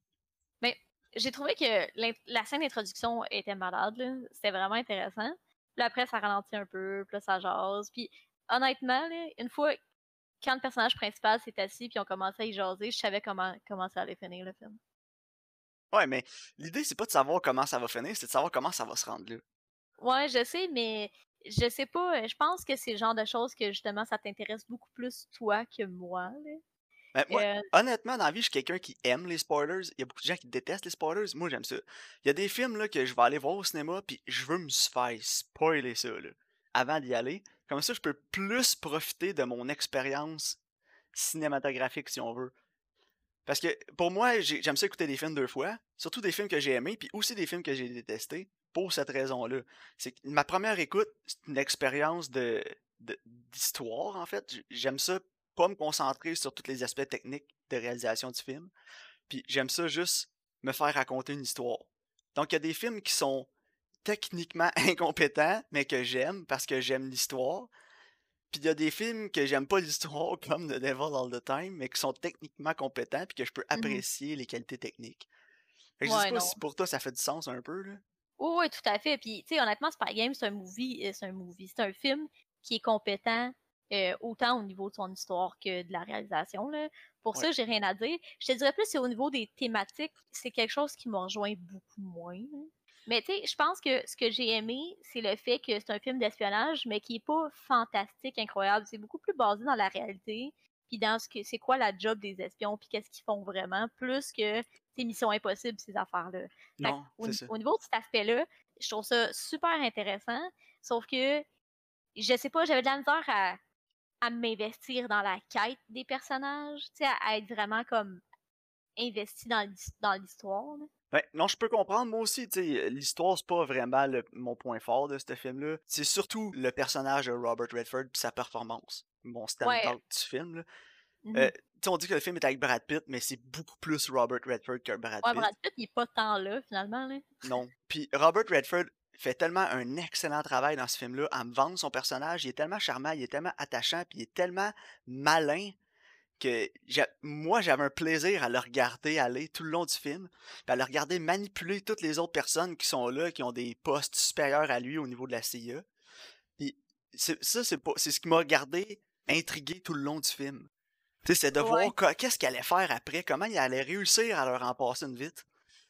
Mais j'ai trouvé que l'in- la scène d'introduction était malade, là. C'était vraiment intéressant. Puis après, ça ralentit un peu, puis là, ça jase. Puis honnêtement, là, une fois, quand le personnage principal s'est assis puis on commençait à y jaser, je savais comment, comment ça allait finir le film. Ouais, mais l'idée, c'est pas de savoir comment ça va finir, c'est de savoir comment ça va se rendre là. Ouais, je sais, mais je sais pas. euh, Je pense que c'est le genre de choses que justement ça t'intéresse beaucoup plus toi que moi. Là. Ben, moi, Euh, honnêtement, dans la vie, je suis quelqu'un qui aime les spoilers. Il y a beaucoup de gens qui détestent les spoilers. Moi, j'aime ça. Il y a des films là, que je vais aller voir au cinéma, puis je veux me faire spoiler ça là, avant d'y aller. Comme ça, je peux plus profiter de mon expérience cinématographique, si on veut. Parce que pour moi, j'ai- j'aime ça écouter des films deux fois, surtout des films que j'ai aimés, puis aussi des films que j'ai détestés, pour cette raison-là. C'est que ma première écoute, c'est une expérience de de- d'histoire, en fait. J- J'aime ça pas me concentrer sur tous les aspects techniques de réalisation du film, puis j'aime ça juste me faire raconter une histoire. Donc il y a des films qui sont techniquement incompétents, mais que j'aime parce que j'aime l'histoire. Puis il y a des films que j'aime pas l'histoire, comme The Devil All the Time, mais qui sont techniquement compétents, puis que je peux mhm. apprécier les qualités techniques. Fait que je sais Ouais, pas non. si pour toi ça fait du sens un peu, là. Oui, oui, tout à fait. Puis, tu sais, honnêtement, Spy Game, c'est un movie, euh, c'est un movie, c'est un film qui est compétent euh, autant au niveau de son histoire que de la réalisation, là. Pour Ouais. ça, j'ai rien à dire. Je te dirais plus, c'est au niveau des thématiques, c'est quelque chose qui m'a rejoint beaucoup moins. Là. Mais tu sais, je pense que ce que j'ai aimé, c'est le fait que c'est un film d'espionnage, mais qui est pas fantastique, incroyable. C'est beaucoup plus basé dans la réalité, puis dans ce que c'est quoi la job des espions, puis qu'est-ce qu'ils font vraiment, plus que ces missions impossibles, ces affaires-là. Fait Non, au, c'est ça. au niveau de cet aspect-là, je trouve ça super intéressant. Sauf que, je sais pas, j'avais de la misère à, à m'investir dans la quête des personnages, tu sais, à, à être vraiment comme investi dans l'his- dans l'histoire. Là. Ben, non, je peux comprendre. Moi aussi, tu sais, l'histoire, c'est pas vraiment le- mon point fort de ce film-là. C'est surtout le personnage de Robert Redford puis sa performance. Mon Ouais. stand-out du film, là. Euh, mhm. tu sais, on dit que le film est avec Brad Pitt, mais c'est beaucoup plus Robert Redford que Brad Ouais, Pitt. Brad Pitt, il est pas tant là, finalement. Là. Non. Puis Robert Redford fait tellement un excellent travail dans ce film-là à me vendre son personnage. Il est tellement charmant, il est tellement attachant, puis il est tellement malin que j'a- moi, j'avais un plaisir à le regarder aller tout le long du film, puis à le regarder manipuler toutes les autres personnes qui sont là, qui ont des postes supérieurs à lui au niveau de la C I A. Puis c'est- ça, c'est pas, c'est ce qui m'a gardé intrigué tout le long du film. Tu sais, c'est de Ouais. voir co- qu'est-ce qu'il allait faire après, comment il allait réussir à leur en passer une vite.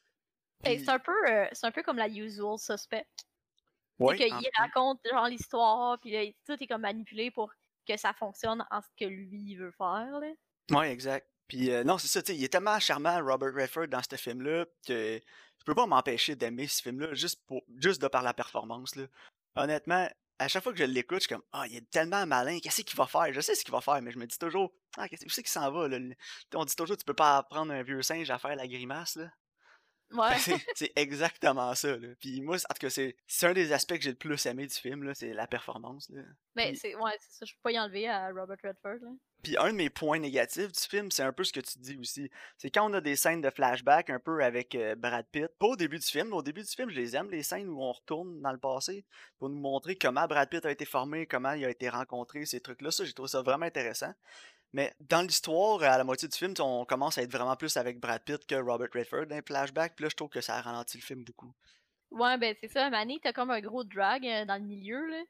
Ben, c'est Puis, un peu euh, c'est un peu comme la usual suspect. C'est ouais, en qu'il fait, ouais. raconte genre l'histoire, puis là, tout est comme manipulé pour que ça fonctionne en ce que lui il veut faire. Là. Ouais, exact. Puis euh, non, c'est ça, tu sais, il est tellement charmant, Robert Redford, dans ce film-là, que je peux pas m'empêcher d'aimer ce film-là juste pour juste de par la performance, là. Honnêtement, à chaque fois que je l'écoute, je suis comme, ah, il est tellement malin, qu'est-ce qu'il va faire? Je sais ce qu'il va faire, mais je me dis toujours, ah, qu'est-ce où c'est qu'il s'en va, là? Tu sais, on dit toujours, tu peux pas apprendre un vieux singe à faire la grimace, là. Ben, Ouais. c'est c'est exactement ça, là. Puis moi, c'est- en tout cas, c'est c'est un des aspects que j'ai le plus aimé du film, là, c'est la performance, là. Ben, Puis c'est ouais, c'est ça, je peux pas y enlever à Robert Redford. Là. Puis un de mes points négatifs du film, c'est un peu ce que tu dis aussi. C'est quand on a des scènes de flashback un peu avec euh, Brad Pitt. Pas au début du film, mais au début du film, je les aime, les scènes où on retourne dans le passé pour nous montrer comment Brad Pitt a été formé, comment il a été rencontré, ces trucs-là. Ça, j'ai trouvé ça vraiment intéressant. Mais dans l'histoire, à la moitié du film, on commence à être vraiment plus avec Brad Pitt que Robert Redford dans les flashbacks. Puis là, je trouve que ça ralentit le film beaucoup. Ouais, ben c'est ça, Manny, t'as comme un gros drag euh, dans le milieu, là.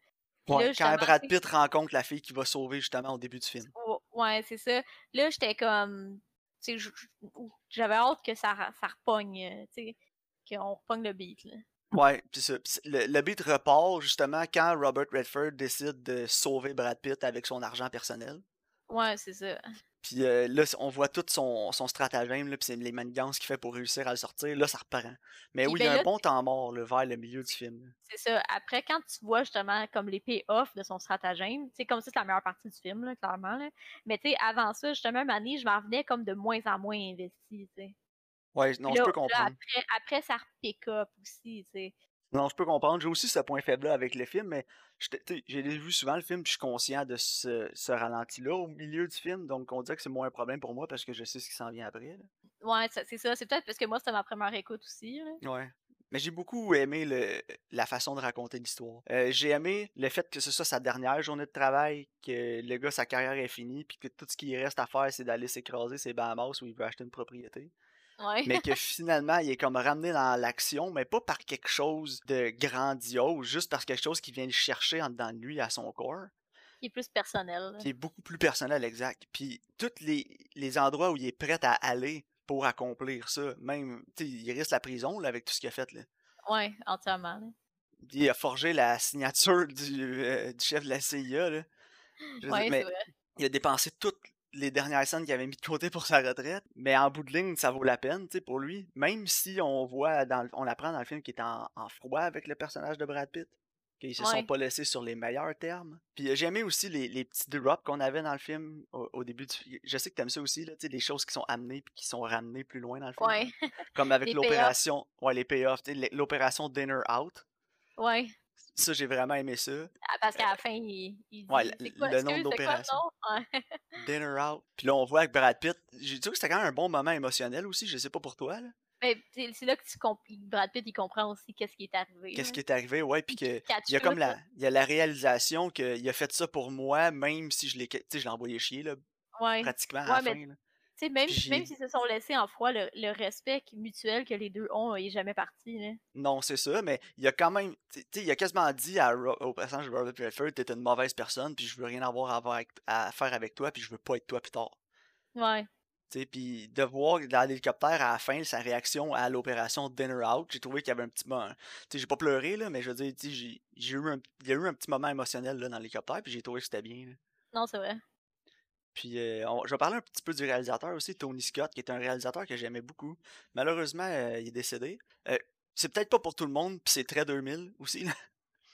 Puis Ouais, là, quand justement, Brad tu sais, Pitt rencontre la fille qui va sauver justement au début du film. o- ouais, c'est ça. Là, j'étais comme, tu sais, j- j- j'avais hâte que ça, ra- ça repogne, euh, tu sais, qu'on repogne le beat, là. Ouais, pis ça. Pis le, le beat repart justement quand Robert Redford décide de sauver Brad Pitt avec son argent personnel. Ouais, c'est ça. Puis euh, là, on voit tout son, son stratagème, là, pis c'est les manigances qu'il fait pour réussir à le sortir. Là, ça reprend. Mais Puis oui, il y a ben un là, bon temps mort là, vers le milieu du film. Là. c'est ça. Après, quand tu vois justement comme les pay-off de son stratagème, tu sais, comme ça, c'est la meilleure partie du film, là, clairement. Là. Mais tu sais, avant ça, justement, une année, je m'en revenais comme de moins en moins investi, tu sais. Ouais, Puis non, je là, peux là, comprendre. après, après, ça pick up aussi, tu sais. Non, je peux comprendre. J'ai aussi ce point faible-là avec le film, mais j'étais- tu sais, j'ai vu souvent le film, puis je suis conscient de ce, ce ralenti-là au milieu du film, donc on dirait que c'est moins un problème pour moi parce que je sais ce qui s'en vient après. Là. Ouais, ça- c'est ça. C'est peut-être parce que moi, c'était ma première écoute aussi, là. Ouais. Mais j'ai beaucoup aimé le, la façon de raconter l'histoire. Euh, j'ai aimé le fait que ce soit sa dernière journée de travail, que le gars, sa carrière est finie, puis que tout ce qu'il reste à faire, c'est d'aller s'écraser ses Bahamas où il veut acheter une propriété. Ouais. Mais que finalement, il est comme ramené dans l'action, mais pas par quelque chose de grandiose, juste par quelque chose qui vient le chercher en dedans de lui, à son corps, Qui est plus personnel, là. qui est beaucoup plus personnel, exact. Puis tous les, les endroits où il est prêt à aller pour accomplir ça, même, tu sais, il risque la prison là, avec tout ce qu'il a fait. Là. Ouais, entièrement, là. Il a forgé la signature du, euh, du chef de la C I A. Là. Je veux dire, Ouais, c'est mais vrai. il a dépensé toutes les dernières scènes qu'il avait mis de côté pour sa retraite. Mais en bout de ligne, ça vaut la peine tu sais, pour lui. Même si on voit, dans le- on apprend dans le film qu'il est en, en froid avec le personnage de Brad Pitt. Qu'ils se sont Ouais. pas laissés sur les meilleurs termes. Puis euh, j'ai aimé aussi les, les petits drops qu'on avait dans le film au, au début du film. Je sais que t'aimes ça aussi, là, tu sais, les choses qui sont amenées puis qui sont ramenées plus loin dans le film. Ouais. Comme avec Les payoffs. l'opération, ouais, les payoffs, tu sais, l'opération Dinner Out. Ouais. Ça, j'ai vraiment aimé ça. Ah, parce qu'à la fin, il, il Ouais, dit. le, C'est quoi? le nom de Excuse, c'est quoi le l'opération. nom? Ouais. Dinner Out. Puis là, on voit avec Brad Pitt. J'ai dit que c'était quand même un bon moment émotionnel aussi. Je sais pas pour toi, là. Mais c'est c'est là que tu comp- Brad Pitt, il comprend aussi qu'est-ce qui est arrivé, Qu'est-ce là. qui est arrivé, ouais. Puis Il que catch il y a tout, comme là. la, il y a la réalisation qu'il a fait ça pour moi, même si je l'ai, tu sais, je l'ai envoyé chier, là, Ouais. pratiquement à la Ouais, mais fin, là. tu sais, même, Puis même j'y, s'ils se sont laissés en froid, le, le respect qui- mutuel que les deux ont, il est jamais parti, là. non, c'est ça, mais il a quand même, tu sais, il a quasiment dit à Ro- au personnage de Robert Redford, t'es une mauvaise personne, puis je veux rien avoir à, voir avec- à faire avec toi, puis je veux pas être toi plus tard. Ouais. T'sais, puis de voir dans l'hélicoptère à la fin sa réaction à l'opération Dinner Out, j'ai trouvé qu'il y avait un petit moment. Tu sais, j'ai pas pleuré, là, mais je veux dire, tu sais, j'ai j'ai eu un, il y a eu un petit moment émotionnel là, dans l'hélicoptère, puis j'ai trouvé que c'était bien. Là. Non, c'est vrai. Puis euh, on- je vais parler un petit peu du réalisateur aussi, Tony Scott, qui est un réalisateur que j'aimais beaucoup. Malheureusement, euh, il est décédé. Euh, c'est peut-être pas pour tout le monde, puis c'est très deux mille aussi. Là.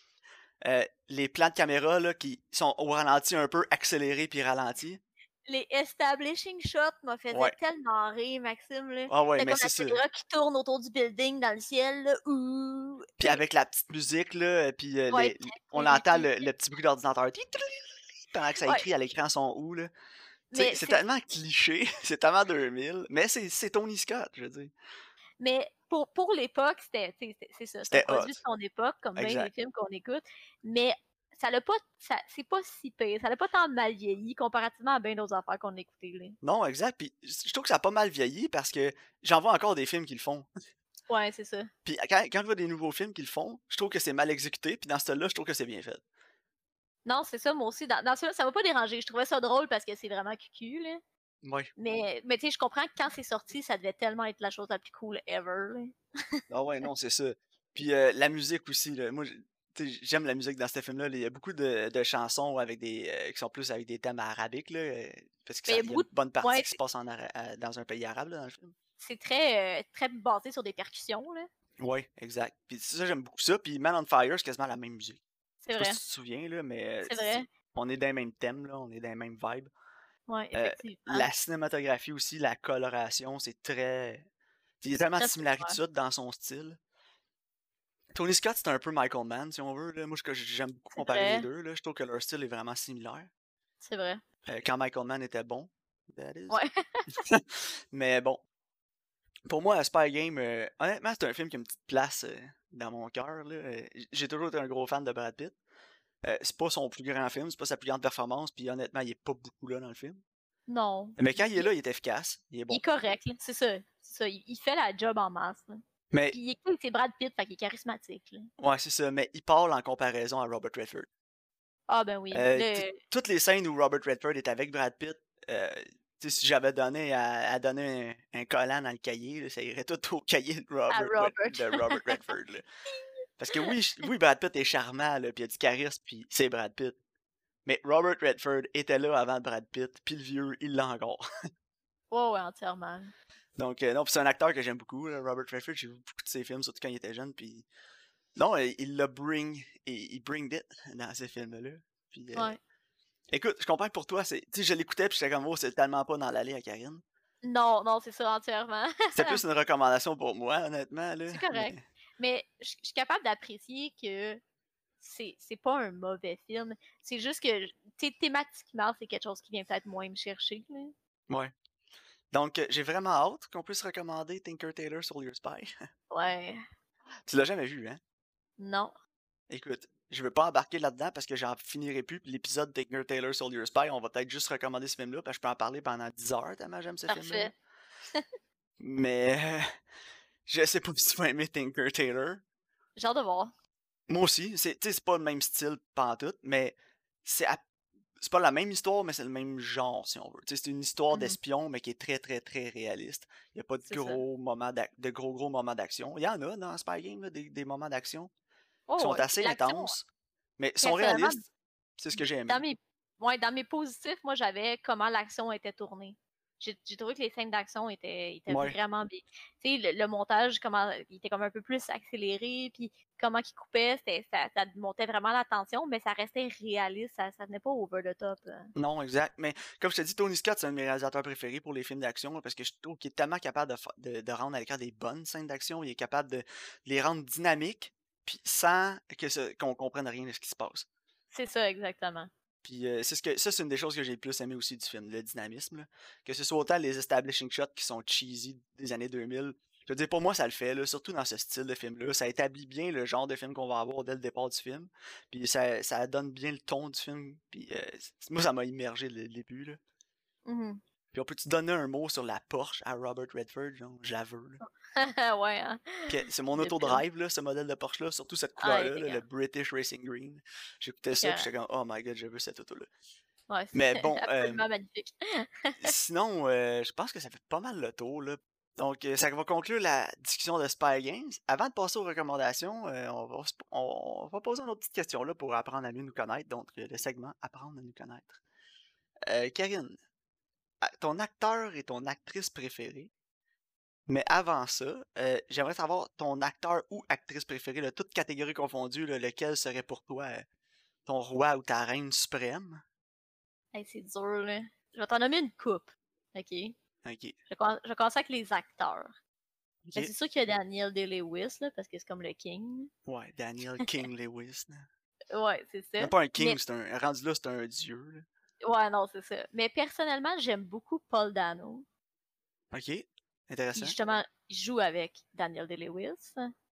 Euh, les plans de caméra là, qui sont au ralenti un peu accélérés puis ralentis. Les establishing shots me faisaient Ouais. tellement rire, Maxime, là. Ah ouais, C'était mais comme c'est la ça. caméra qui tourne autour du building dans le ciel, là. Ouh. Tu Puis sais, avec la petite musique, là, puis euh, ouais, les- clic, on clic, entend clic, le, clic. le petit bruit d'ordinateur pendant que ça Ouais. écrit à l'écran son ou, là. Tu sais, Mais c'est c'est tellement cliché, c'est tellement deux mille, mais c'est c'est Tony Scott, je veux dire. mais pour, pour l'époque, c'était tu sais, c'est c'est ça, c'est un C'était produit hot, de son époque, comme bien des exact. films qu'on écoute. Mais ça l'a pas ça c'est pas si pire. Ça l'a pas tant mal vieilli comparativement à bien d'autres affaires qu'on a écoutées, là. Non, exact, puis je trouve que ça a pas mal vieilli parce que j'en vois encore des films qui le font. Ouais, c'est ça. Puis quand, quand je vois des nouveaux films qui le font, je trouve que c'est mal exécuté, puis dans ce là je trouve que c'est bien fait. Non, c'est ça, moi aussi. Dans, dans celui-là, ça m'a pas dérangé. Je trouvais ça drôle parce que c'est vraiment cucu, là. Ouais. Mais, mais tu sais, je comprends que quand c'est sorti, ça devait tellement être la chose la plus cool ever, là. Ah ouais, non, c'est ça. Puis euh, la musique aussi, là. Moi, j'- tu sais, j'aime la musique dans ce film-là. Il y a beaucoup de, de chansons avec des euh, qui sont plus avec des thèmes arabiques, là, euh, parce qu'il Mais il y a y a beaucoup une de... bonne partie Ouais, qui se c'est passe en ara- euh, dans un pays arabe là, dans le film. c'est très, euh, très basé sur des percussions, là. Ouais, exact. Puis ça, j'aime beaucoup ça. Puis Man on Fire, c'est quasiment la même musique. C'est Je sais pas vrai. si tu te souviens, là, mais euh, C'est c'est- vrai. on est dans les mêmes thèmes, là, on est dans les mêmes vibes. Ouais, Euh, effectivement. la cinématographie aussi, la coloration, c'est très. Il y a tellement de Très similaire. similitudes dans son style. Tony Scott, c'est un peu Michael Mann, si on veut. Là. Moi, je- j'aime beaucoup C'est comparer les vrai. deux. Là. Je trouve que leur style est vraiment similaire. C'est vrai. Euh, quand Michael Mann était bon, that is. Ouais. Mais bon, pour moi, Spy Game, euh, honnêtement, c'est un film qui a une petite place euh, dans mon cœur. là. Euh, J'ai toujours été un gros fan de Brad Pitt. Euh, c'est pas son plus grand film, c'est pas sa plus grande performance, puis honnêtement, il est pas beaucoup là dans le film. Non. Mais quand il est Il, là, il est efficace, il est il bon. est correct, là. C'est ça. C'est ça. Il, il fait la job en masse, là. Mais, Puis il est cool, c'est Brad Pitt, fait qu'il est charismatique, là. ouais, c'est ça, mais il parle en comparaison à Robert Redford. Ah ben oui. Euh, Le... Toutes les scènes où Robert Redford est avec Brad Pitt, euh, si j'avais donné à, à donner un, un collant dans le cahier, là, ça irait tout au cahier de À Robert, Robert. de Robert Redford. Là. Parce que oui, oui, Brad Pitt est charmant, puis il a du charisme, puis c'est Brad Pitt. Mais Robert Redford était là avant Brad Pitt, puis le vieux, il l'a encore. Ouais, ouais, entièrement. Donc, euh, non, c'est un acteur que j'aime beaucoup, là, Robert Redford. J'ai vu beaucoup de ses films, surtout quand il était jeune, puis non, il l'a bring, il, il bring it dans ces films-là. Puis, euh, ouais. Écoute, je comprends que pour toi, c'est. Tu sais, je l'écoutais, puis j'étais comme, oh, c'est tellement pas dans l'allée à Karine. Non, non, c'est ça, entièrement. C'était plus une recommandation pour moi, honnêtement, là. C'est correct. Mais, Mais je suis capable d'apprécier que c'est c'est pas un mauvais film. C'est juste que, tu sais, thématiquement, c'est quelque chose qui vient peut-être moins me chercher. Là. ouais. Donc, euh, j'ai vraiment hâte qu'on puisse recommander Tinker Tailor Soldier Spy. Ouais. Tu l'as jamais vu, hein? Non. Écoute, je veux pas embarquer là-dedans parce que j'en finirai plus. Puis l'épisode Tinker Tailor Soldier Spy, on va peut-être juste recommander ce film-là, parce que je peux en parler pendant dix heures tellement j'aime ce film-là. Parfait. Mais euh, je sais pas si tu vas aimer Tinker Tailor. J'ai hâte de voir. Moi aussi, c'est tu sais, c'est pas le même style pantoute, mais c'est à- c'est pas la même histoire, mais c'est le même genre, si on veut. Tu sais, c'est une histoire Mhm. d'espion, mais qui est très, très, très réaliste. Il n'y a pas de C'est ça. gros moments d'ac- de gros, gros moments d'action. Il y en a dans Spy Game, là, des, des moments d'action qui Oh, sont ouais. assez L'action, intenses, mais sont personnellement, réalistes. C'est ce que j'ai dans aimé. mes, ouais, dans mes positifs, moi, j'avais comment l'action était tournée. J'ai j'ai trouvé que les scènes d'action étaient, étaient Ouais. vraiment bien. Tu sais, le, le montage, comment, il était comme un peu plus accéléré, puis comment il coupait, c'était- ça, ça montait vraiment la tension, mais ça restait réaliste, ça, ça venait pas over the top. euh. Non, exact. Mais comme je te dis, Tony Scott, c'est un de mes réalisateurs préférés pour les films d'action, là, parce que je trouve qu'il est tellement capable de, fa- de, de rendre à l'écran des bonnes scènes d'action. Il est capable de les rendre dynamiques, puis sans que ce- qu'on comprenne rien de ce qui se passe. C'est ça, exactement. Puis euh, c'est ce que ça, c'est une des choses que j'ai le plus aimé aussi du film, le dynamisme. Là. Que ce soit autant les establishing shots qui sont cheesy des années deux mille. Je veux dire, pour moi, ça le fait, là, surtout dans ce style de film-là. Ça établit bien le genre de film qu'on va avoir dès le départ du film. Puis ça, ça donne bien le ton du film. Puis euh, c'est- moi, ça m'a immergé dès le début. Là. Mhm. Puis on peut-tu donner un mot sur la Porsche à Robert Redford? Genre, je la veux. Là. ouais, hein. Que- C'est mon Le film. auto-drive, là, ce modèle de Porsche-là, surtout cette Ah, il couleur-là, était là, le grand. British Racing Green. J'écoutais ça, puis Écœurant. j'étais comme, oh my god, je veux cette auto-là. Ouais, Mais c'est bon, euh, absolument magnifique. sinon, euh, je pense que ça fait pas mal le tour, là. Donc, euh, ça va conclure la discussion de Spy Games. Avant de passer aux recommandations, euh, on, va, se- on- on va poser une autre petite question là pour apprendre à mieux nous connaître. Donc, euh, le segment Apprendre à nous connaître. Euh, Karine, a- ton acteur et ton actrice préférée. Mais avant ça, euh, j'aimerais savoir ton acteur ou actrice préférée, là, toutes catégories confondues, là, lequel serait pour toi euh, ton roi ou ta reine suprême? Hey, c'est dur, là. Je vais t'en nommer une coupe. OK? Je Ok, vais, com- je vais commencer avec les acteurs. Ben, ok. c'est sûr qu'il y a Daniel Day-Lewis, là, parce que c'est comme le king. Ouais, Daniel King Lewis. Là. Ouais, c'est ça. Même pas un Mais, king, c'est un. Rendu là, c'est un dieu. Là. ouais, non, c'est ça. Mais personnellement, j'aime beaucoup Paul Dano. Ok, Puis intéressant. justement, il joue avec Daniel Day-Lewis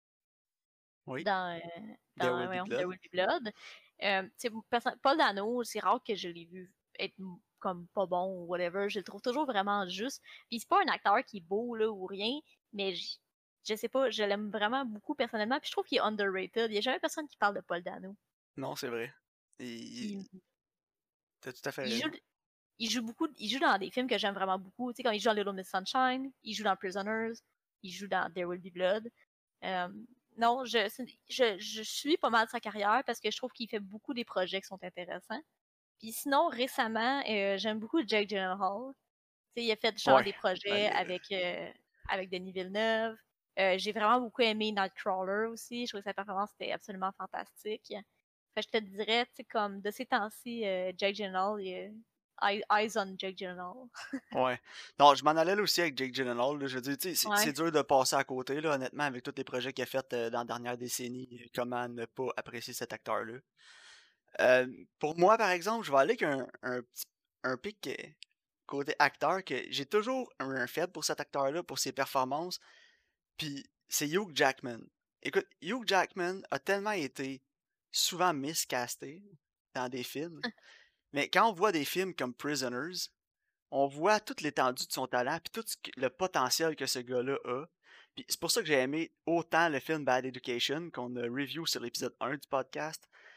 Oui, dans, euh, There dans Will Be voyons, Blood. There Will Be Blood. Euh, tu sais, perso- Paul Dano, c'est rare que je l'ai vu être m- comme pas bon ou whatever. Je le trouve toujours vraiment juste. Puis c'est pas un acteur qui est beau là, ou rien, mais j- je sais pas, je l'aime vraiment beaucoup personnellement. Puis je trouve qu'il est underrated. Il y a jamais personne qui parle de Paul Dano. Non, c'est vrai. Il... il- Puis T'as tout à fait il joue, raison. il joue beaucoup, il joue dans des films que j'aime vraiment beaucoup. Tu sais, quand il joue dans Little Miss Sunshine, il joue dans Prisoners, il joue dans There Will Be Blood. Euh, non, je, c'est- je, je suis pas mal de sa carrière parce que je trouve qu'il fait beaucoup des projets qui sont intéressants. Puis sinon, récemment, euh, j'aime beaucoup Jake Gyllenhaal. Tu sais, il a fait genre Ouais. des Ben, projets euh, avec, euh, avec Denis Villeneuve. Euh, j'ai vraiment beaucoup aimé Nightcrawler aussi. Je trouvais que sa performance était absolument fantastique. Fait que je te dirais, tu sais, comme de ces temps-ci, euh, Jake Gyllenhaal, il est- Eye- Eyes on Jake Gyllenhaal. ouais. Non, je m'en allais là aussi avec Jake Gyllenhaal. Là. Je veux dire, tu sais, c'est Ouais. c'est dur de passer à côté, là, honnêtement, avec tous les projets qu'il a fait euh, dans la dernière décennie. Comment ne pas apprécier cet acteur-là? Euh, pour moi, par exemple, je vais aller avec un, un petit un pic euh, côté acteur que j'ai toujours un, un faible pour cet acteur-là, pour ses performances. Puis c'est Hugh Jackman. Écoute, Hugh Jackman a tellement été souvent miscasté dans des films, mais quand on voit des films comme Prisoners, on voit toute l'étendue de son talent, puis tout ce que- le potentiel que ce gars-là a. Puis c'est pour ça que j'ai aimé autant le film Bad Education qu'on a review sur l'épisode un du podcast.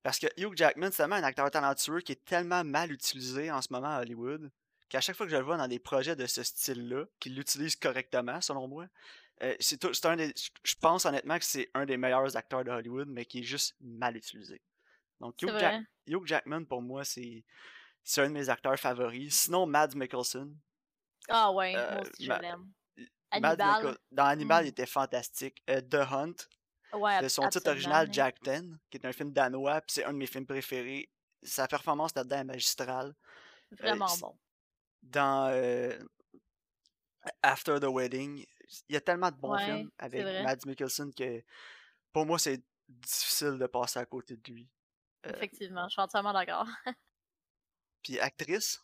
Parce que Hugh Jackman, c'est tellement un acteur talentueux qui est tellement mal utilisé en ce moment à Hollywood qu'à chaque fois que je le vois dans des projets de ce style-là, qu'il l'utilise correctement, selon moi, euh, c'est tout- c'est un des, je je pense honnêtement que c'est un des meilleurs acteurs de Hollywood, mais qui est juste mal utilisé. Donc C'est Hugh, Jack- vrai. Hugh Jackman, pour moi, c'est c'est un de mes acteurs favoris. Sinon, Mads Mikkelsen. Ah ouais, euh, moi aussi je Ma- l'aime. Mads Hannibal. Mikkelsen, dans Hannibal, il Hmm. était fantastique. Euh, The Hunt, Ouais, de abs- son titre absolument. original, Jack Ten, qui est un film danois, puis c'est un de mes films préférés. Sa performance là-dedans est magistrale. Euh, Vraiment bon. dans euh, After the Wedding, il y a tellement de bons Ouais, films c'est avec vrai. Mads Mikkelsen que pour moi, c'est difficile de passer à côté de lui. Euh, Effectivement, je suis entièrement d'accord. Puis actrice,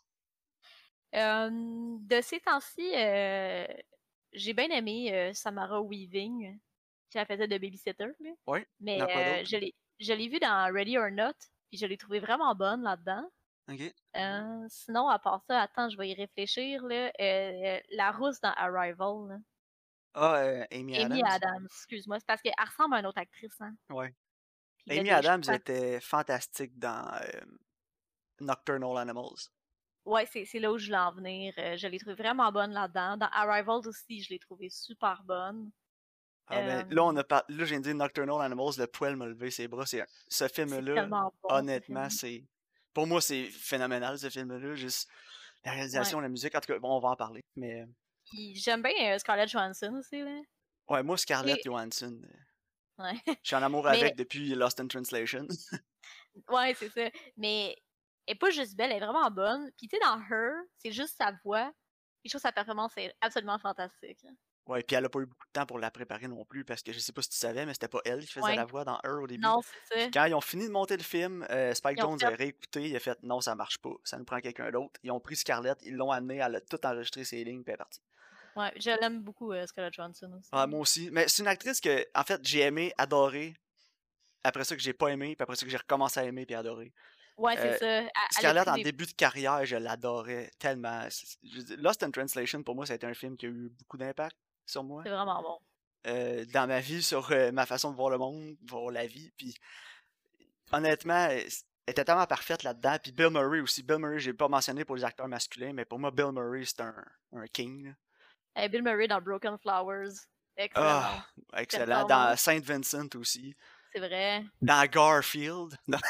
Euh, de ces temps-ci, euh, j'ai bien aimé euh, Samara Weaving, qui la faisait de babysitter, là. ouais. Dans quoi Mais euh, d'autre? je l'ai, je l'ai vue dans Ready or Not, puis je l'ai trouvée vraiment bonne là-dedans. Ok. Euh, sinon, à part ça, attends, je vais y réfléchir, là. Euh, la rousse dans Arrival, là. Ah, euh, Amy Amy Adams? Adams, excuse-moi, c'est parce qu'elle ressemble à une autre actrice, hein. Ouais. Puis là, Amy des, je Adams pense à- était fantastique dans euh, Nocturnal Animals. ouais, c'est, c'est là où je voulais en venir. Euh, je l'ai trouvée vraiment bonne là-dedans. Dans Arrival aussi, je l'ai trouvée super bonne. Ah ben, Euh, là, on a par... là, j'ai dit Nocturnal Animals, le poil m'a levé ses bras. C'est... Ce c'est film-là, tellement bon, ce honnêtement, film. c'est. Pour moi, c'est phénoménal, ce film-là. Juste la Ouais. réalisation, la musique. En tout cas, bon, on va en parler. Mais Puis j'aime bien euh, Scarlett Johansson aussi, là. ouais, moi, Scarlett Et- Johansson, euh, Ouais. je suis en amour Mais, avec depuis Lost in Translation. ouais, c'est ça. Mais elle est pas juste belle, elle est vraiment bonne. Puis tu sais, dans Her, c'est juste sa voix. Et je trouve sa performance est absolument fantastique. Ouais, puis elle a pas eu beaucoup de temps pour la préparer non plus, parce que je sais pas si tu savais, mais c'était pas elle qui faisait Ouais. la voix dans Her au début. Non, c'est Puis ça. quand ils ont fini de monter le film, euh, Spike Ils ont Jonze a fait. réécouté, il a fait non, ça marche pas, ça nous prend quelqu'un d'autre. Ils ont pris Scarlett, ils l'ont amené, elle a tout enregistré ses lignes, puis elle est partie. Ouais, je l'aime beaucoup, euh, Scarlett Johansson aussi. Ah, moi aussi. Mais c'est une actrice que, en fait, j'ai aimé, adoré, après ça que j'ai pas aimé, puis après ça que j'ai recommencé à aimer puis adoré. Ouais, c'est Euh, ça. Elle, elle a Scarlett, pris en des. début de carrière, je l'adorais tellement. C'est- je veux dire, Lost in Translation, pour moi, ça a été un film qui a eu beaucoup d'impact sur moi. C'est vraiment bon. Euh, dans ma vie, sur euh, ma façon de voir le monde, voir la vie. Puis honnêtement, elle elle était tellement parfaite là-dedans. Puis Bill Murray aussi. Bill Murray, j'ai pas mentionné pour les acteurs masculins, mais pour moi, Bill Murray, c'est un, un king. Là. Euh, Bill Murray dans Broken Flowers. Ah, Excellent. excellent. Dans Performance, Saint Vincent aussi. c'est vrai. Dans Garfield. Dans-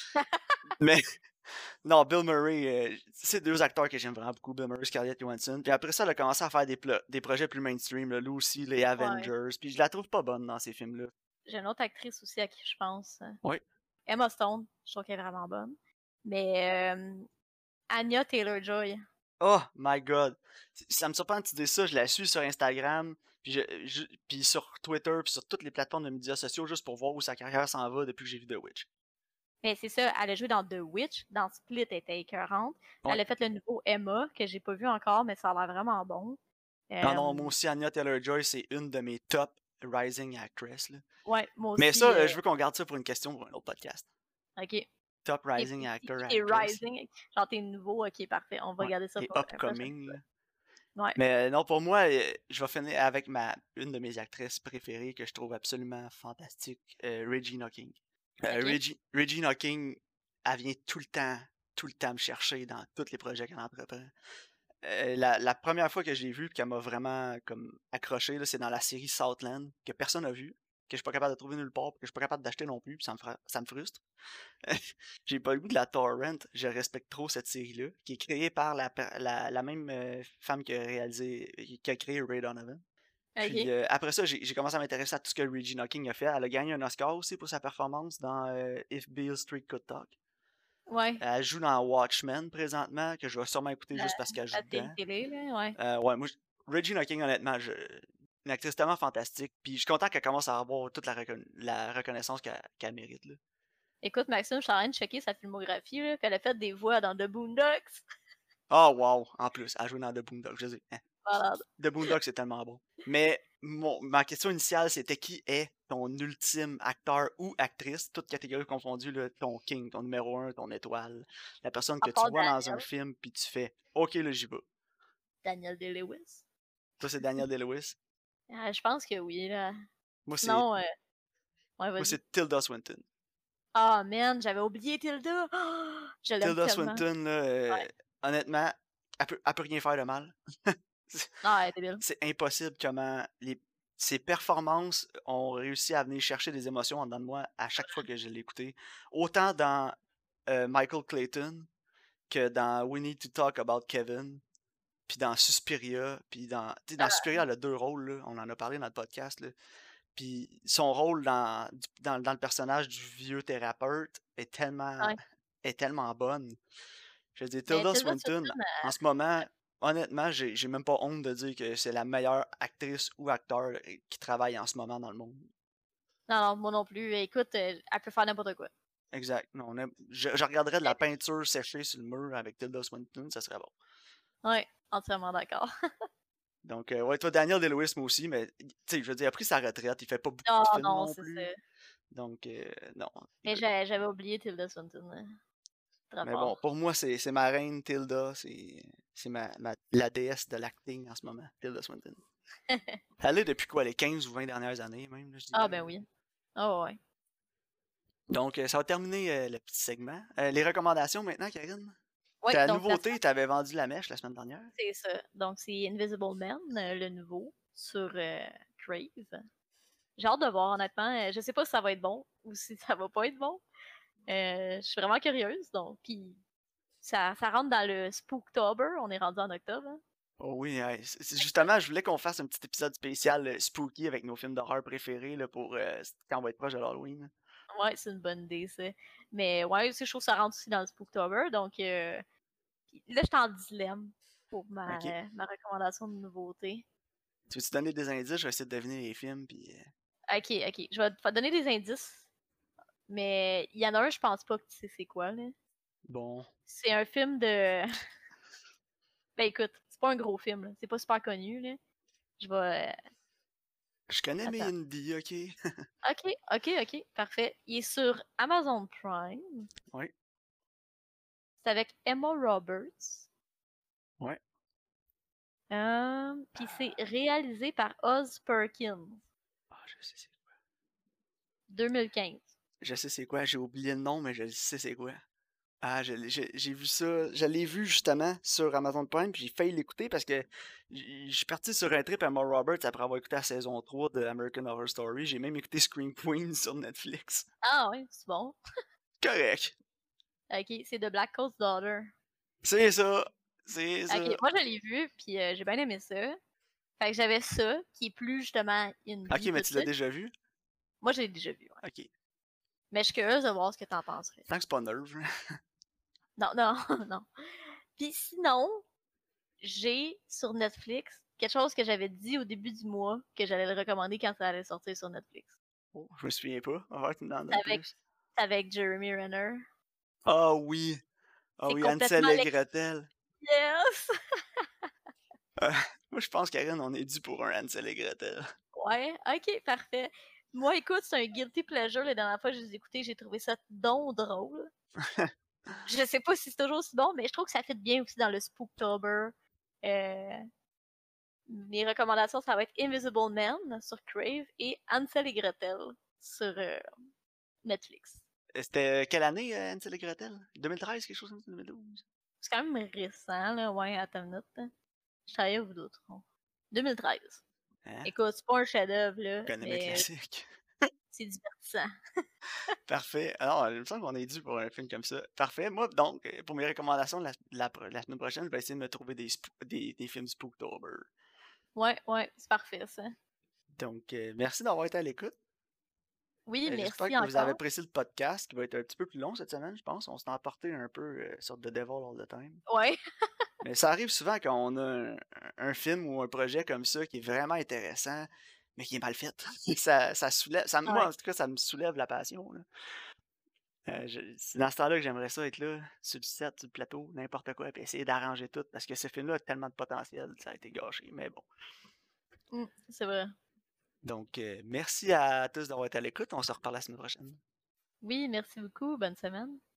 Mais non, Bill Murray, euh, c'est deux acteurs que j'aime vraiment beaucoup, Bill Murray, Scarlett Johansson. Puis après ça, elle a commencé à faire des, plo- des projets plus mainstream, là, lui aussi, les Ouais. Avengers. Puis je la trouve pas bonne dans ces films-là. J'ai une autre actrice aussi à qui je pense. Oui. Emma Stone, je trouve qu'elle est vraiment bonne. Mais euh, Anya Taylor-Joy. Oh my god. C- Ça me surprend que tu dises ça, je la suis sur Instagram, puis, je, je- puis sur Twitter, puis sur toutes les plateformes de médias sociaux, juste pour voir où sa carrière s'en va depuis que j'ai vu The Witch. Mais c'est ça, elle a joué dans The Witch, dans Split, elle était écœurante. Ouais. Elle a fait le nouveau Emma, que j'ai pas vu encore, mais ça a l'air vraiment bon. Non, non, moi Euh, aussi, Anya Taylor-Joy, c'est une de mes top rising actresses. Là. ouais, moi Mais aussi. ça, euh, euh, je veux qu'on garde ça pour une question pour un autre podcast. ok. Et Top rising puis, actor, t'es actress. Rising, genre t'es nouveau, ok, parfait. On va Ouais. garder ça Et pour un prochain upcoming. Là. épisode. Ouais, Mais euh, non, pour moi, euh, je vais finir avec ma une de mes actrices préférées que je trouve absolument fantastique, euh, Regina King. Euh, ok. Regi- Regina King, elle vient tout le temps, tout le temps me chercher dans tous les projets qu'elle entreprend. Euh, la, la première fois que j'ai vu qu'elle m'a vraiment comme accroché, là, c'est dans la série Southland, que personne n'a vu, que je suis pas capable de trouver nulle part, que je suis pas capable d'acheter non plus, puis ça me, fra- ça me frustre. J'ai pas le goût de la torrent, je respecte trop cette série-là, qui est créée par la, per- la, la même euh, femme qui a réalisé, qui a créé Ray Donovan. Puis Ok. euh, après ça, j'ai j'ai commencé à m'intéresser à tout ce que Regina King a fait. Elle a gagné un Oscar aussi pour sa performance dans euh, If Beale Street Could Talk. Ouais. Elle joue dans Watchmen présentement, que je vais sûrement écouter La, juste parce qu'elle joue la série dedans. télé, là, ouais. Euh, ouais, moi, je- Regina King, honnêtement, je, une actrice tellement fantastique. Puis je suis content qu'elle commence à avoir toute la, reconna- la reconnaissance qu'elle qu'elle mérite. Là. Écoute, Maxime, je suis en train de checker sa filmographie, là, puis elle a fait des voix dans The Boondocks. Oh, wow! En plus, elle joue dans The Boondocks. Je sais. Hein. Malade. The Boondocks, c'est tellement bon. Mais mon, ma question initiale, c'était qui est ton ultime acteur ou actrice, toutes catégories confondues, là, ton king, ton numéro un, ton étoile, la personne À que tu part vois dans un Daniel, film puis tu fais OK, là, j'y vais. Daniel Day-Lewis. Toi, c'est Daniel Day-Lewis. Ah, je pense que oui, là. Moi, c'est Sinon, euh, ouais, moi vas-y. c'est Tilda Swinton. Ah, man, j'avais oublié Tilda! Ah, je l'aime Tilda tellement. Swinton, là, euh, Ouais. honnêtement, elle peut, elle peut rien faire de mal. C'est Ah, elle est débile. c'est impossible comment les, ses performances ont réussi à venir chercher des émotions en dedans de moi à chaque fois que je l'ai écouté. Autant dans euh, Michael Clayton que dans We Need to Talk About Kevin, puis dans Suspiria, puis dans, tu sais, dans Ah, Suspiria, elle a deux rôles, là, on en a parlé dans le podcast, là. Puis son rôle dans, dans, dans le personnage du vieux thérapeute est tellement, ouais. est tellement bonne. Je veux dire, Mais Tilda Tilda Swinton, Swinton, en ce moment, honnêtement, j'ai j'ai même pas honte de dire que c'est la meilleure actrice ou acteur euh, qui travaille en ce moment dans le monde. non, non, moi non plus. Écoute, euh, elle peut faire n'importe quoi. Exact. Non, on a- je, je regarderais de la peinture séchée sur le mur avec Tilda Swinton, ça serait bon. Ouais, entièrement d'accord. Donc, euh, ouais, toi, Daniel Day-Lewis, moi aussi, mais, tu sais, je veux dire, il a pris sa retraite, il fait pas beaucoup Oh de films non, non c'est ça. plus. Donc, euh, non, Mais écoute. j'ai- j'avais oublié Tilda Swinton. euh, Très Mais bon, fort. pour moi, c'est c'est ma reine, Tilda, c'est c'est ma, ma- la déesse de l'acting en ce moment, Tilda Swinton. Elle est depuis quoi, les quinze ou vingt dernières années, même, là, je Ah, dirais. ben oui. Oh, ouais. Donc, euh, ça va terminer euh, le petit segment. Euh, les recommandations maintenant, Karine? Oui, Ta donc la semaine, nouveauté, t'avais vendu la mèche la semaine dernière. c'est ça. Donc, c'est Invisible Man, euh, le nouveau, sur euh, Crave. J'ai hâte de voir, honnêtement. Euh, Je sais pas si ça va être bon ou si ça va pas être bon. Euh, je suis vraiment curieuse, donc. Puis, ça, ça rentre dans le Spooktober. On est rendu en octobre. Hein. Oh oui, ouais, c'est- c'est justement, je voulais qu'on fasse un petit épisode spécial euh, spooky avec nos films d'horreur préférés là, pour euh, quand on va être proche de l'Halloween. Ouais, c'est une bonne idée, ça. Mais ouais, aussi, je trouve que ça rentre aussi dans le Spooktober. Donc, euh, puis là, je suis en dilemme pour ma, Ok. ma recommandation de nouveauté. Tu veux-tu donner des indices? Je vais essayer de deviner les films. Puis, euh, Ok, ok. Je vais te donner des indices. Mais il y en a un, je pense pas que tu sais c'est quoi, là. bon, C'est un film de. Ben écoute, c'est pas un gros film, là. C'est pas super connu, là. Je vais. euh, je connais mes Attends. indies, ok? Ok, ok, ok, parfait. Il est sur Amazon Prime. Ouais, C'est avec Emma Roberts. ouais. Euh, Puis c'est réalisé par Oz Perkins, Ah, je sais c'est quoi. deux mille quinze. Je sais c'est quoi. J'ai oublié le nom, mais je sais c'est quoi. Ah, je l'ai- j'ai j'ai vu ça. Je l'ai vu justement sur Amazon Prime, puis j'ai failli l'écouter parce que j- je suis parti sur un trip à Emma Roberts après avoir écouté la saison trois de American Horror Story. J'ai même écouté Scream Queen sur Netflix. Ah ouais, c'est bon. Correct. Ok, c'est The Black Coat's Daughter. C'est ça. C'est Ok, ça. moi je l'ai vu, puis euh, j'ai bien aimé ça. Fait que j'avais ça, qui est plus justement Ok, indie, mais tout tu ça. l'as déjà vu? Moi, je l'ai déjà vu, ouais. Ok. Mais je suis curieuse de voir ce que t'en penserais. Tant que c'est pas nerve. Non, non, non. Puis sinon, j'ai sur Netflix quelque chose que j'avais dit au début du mois que j'allais le recommander quand ça allait sortir sur Netflix. Oh, je me souviens pas. On va voir que tu m'en C'est donnes avec, plus. c'est avec Jeremy Renner. Ah oui. Ah C'est oui, complètement Ansel et l'ex... Gretel. Yes! Euh, moi, je pense, Karine, on est dû pour un Ansel et Gretel. Ouais, ok, parfait. Moi, écoute, c'est un guilty pleasure. La dernière fois que je les ai écoutés, j'ai trouvé ça donc drôle. Je sais pas si c'est toujours aussi bon, mais je trouve que ça fit bien aussi dans le Spooktober. Euh, Mes recommandations, ça va être Invisible Man sur Crave et Ansel et Gretel sur euh, Netflix. Euh, C'était quelle année, euh, Ansel et Gretel? deux mille treize, quelque chose comme ça, deux mille douze? C'est quand même récent, là. Ouais, attends une minute. Hein. Je travaillais au Vidéotron. deux mille treize. Hein? Écoute, c'est pas un chef-d'œuvre, là, Je connais mes mais classiques. c'est divertissant. Parfait. Alors, il me semble qu'on est dû pour un film comme ça. Parfait. Moi, donc, euh, pour mes recommandations la, la, la semaine prochaine, je vais essayer de me trouver des, spoo- des, des films Spooktober. Ouais, ouais, c'est parfait, ça. Donc, euh, merci d'avoir été à l'écoute. Oui, Euh, J'espère merci que vous avez encore. apprécié le podcast, qui va être un petit peu plus long cette semaine, je pense. On s'est emporté un peu euh, sur The Devil All the Time. Ouais, Mais ça arrive souvent quand on a un, un film ou un projet comme ça qui est vraiment intéressant, mais qui est mal fait. ça, ça soulève, ça, moi, ouais. en tout cas, ça me soulève la passion. Là. Euh, je- c'est dans ce temps-là que j'aimerais ça être là, sur le set, sur le plateau, n'importe quoi, puis essayer d'arranger tout, parce que ce film-là a tellement de potentiel, ça a été gâché, mais bon. Mm, c'est vrai. Donc, euh, merci à tous d'avoir été à l'écoute, on se reparle la semaine prochaine. Oui, merci beaucoup. Bonne semaine.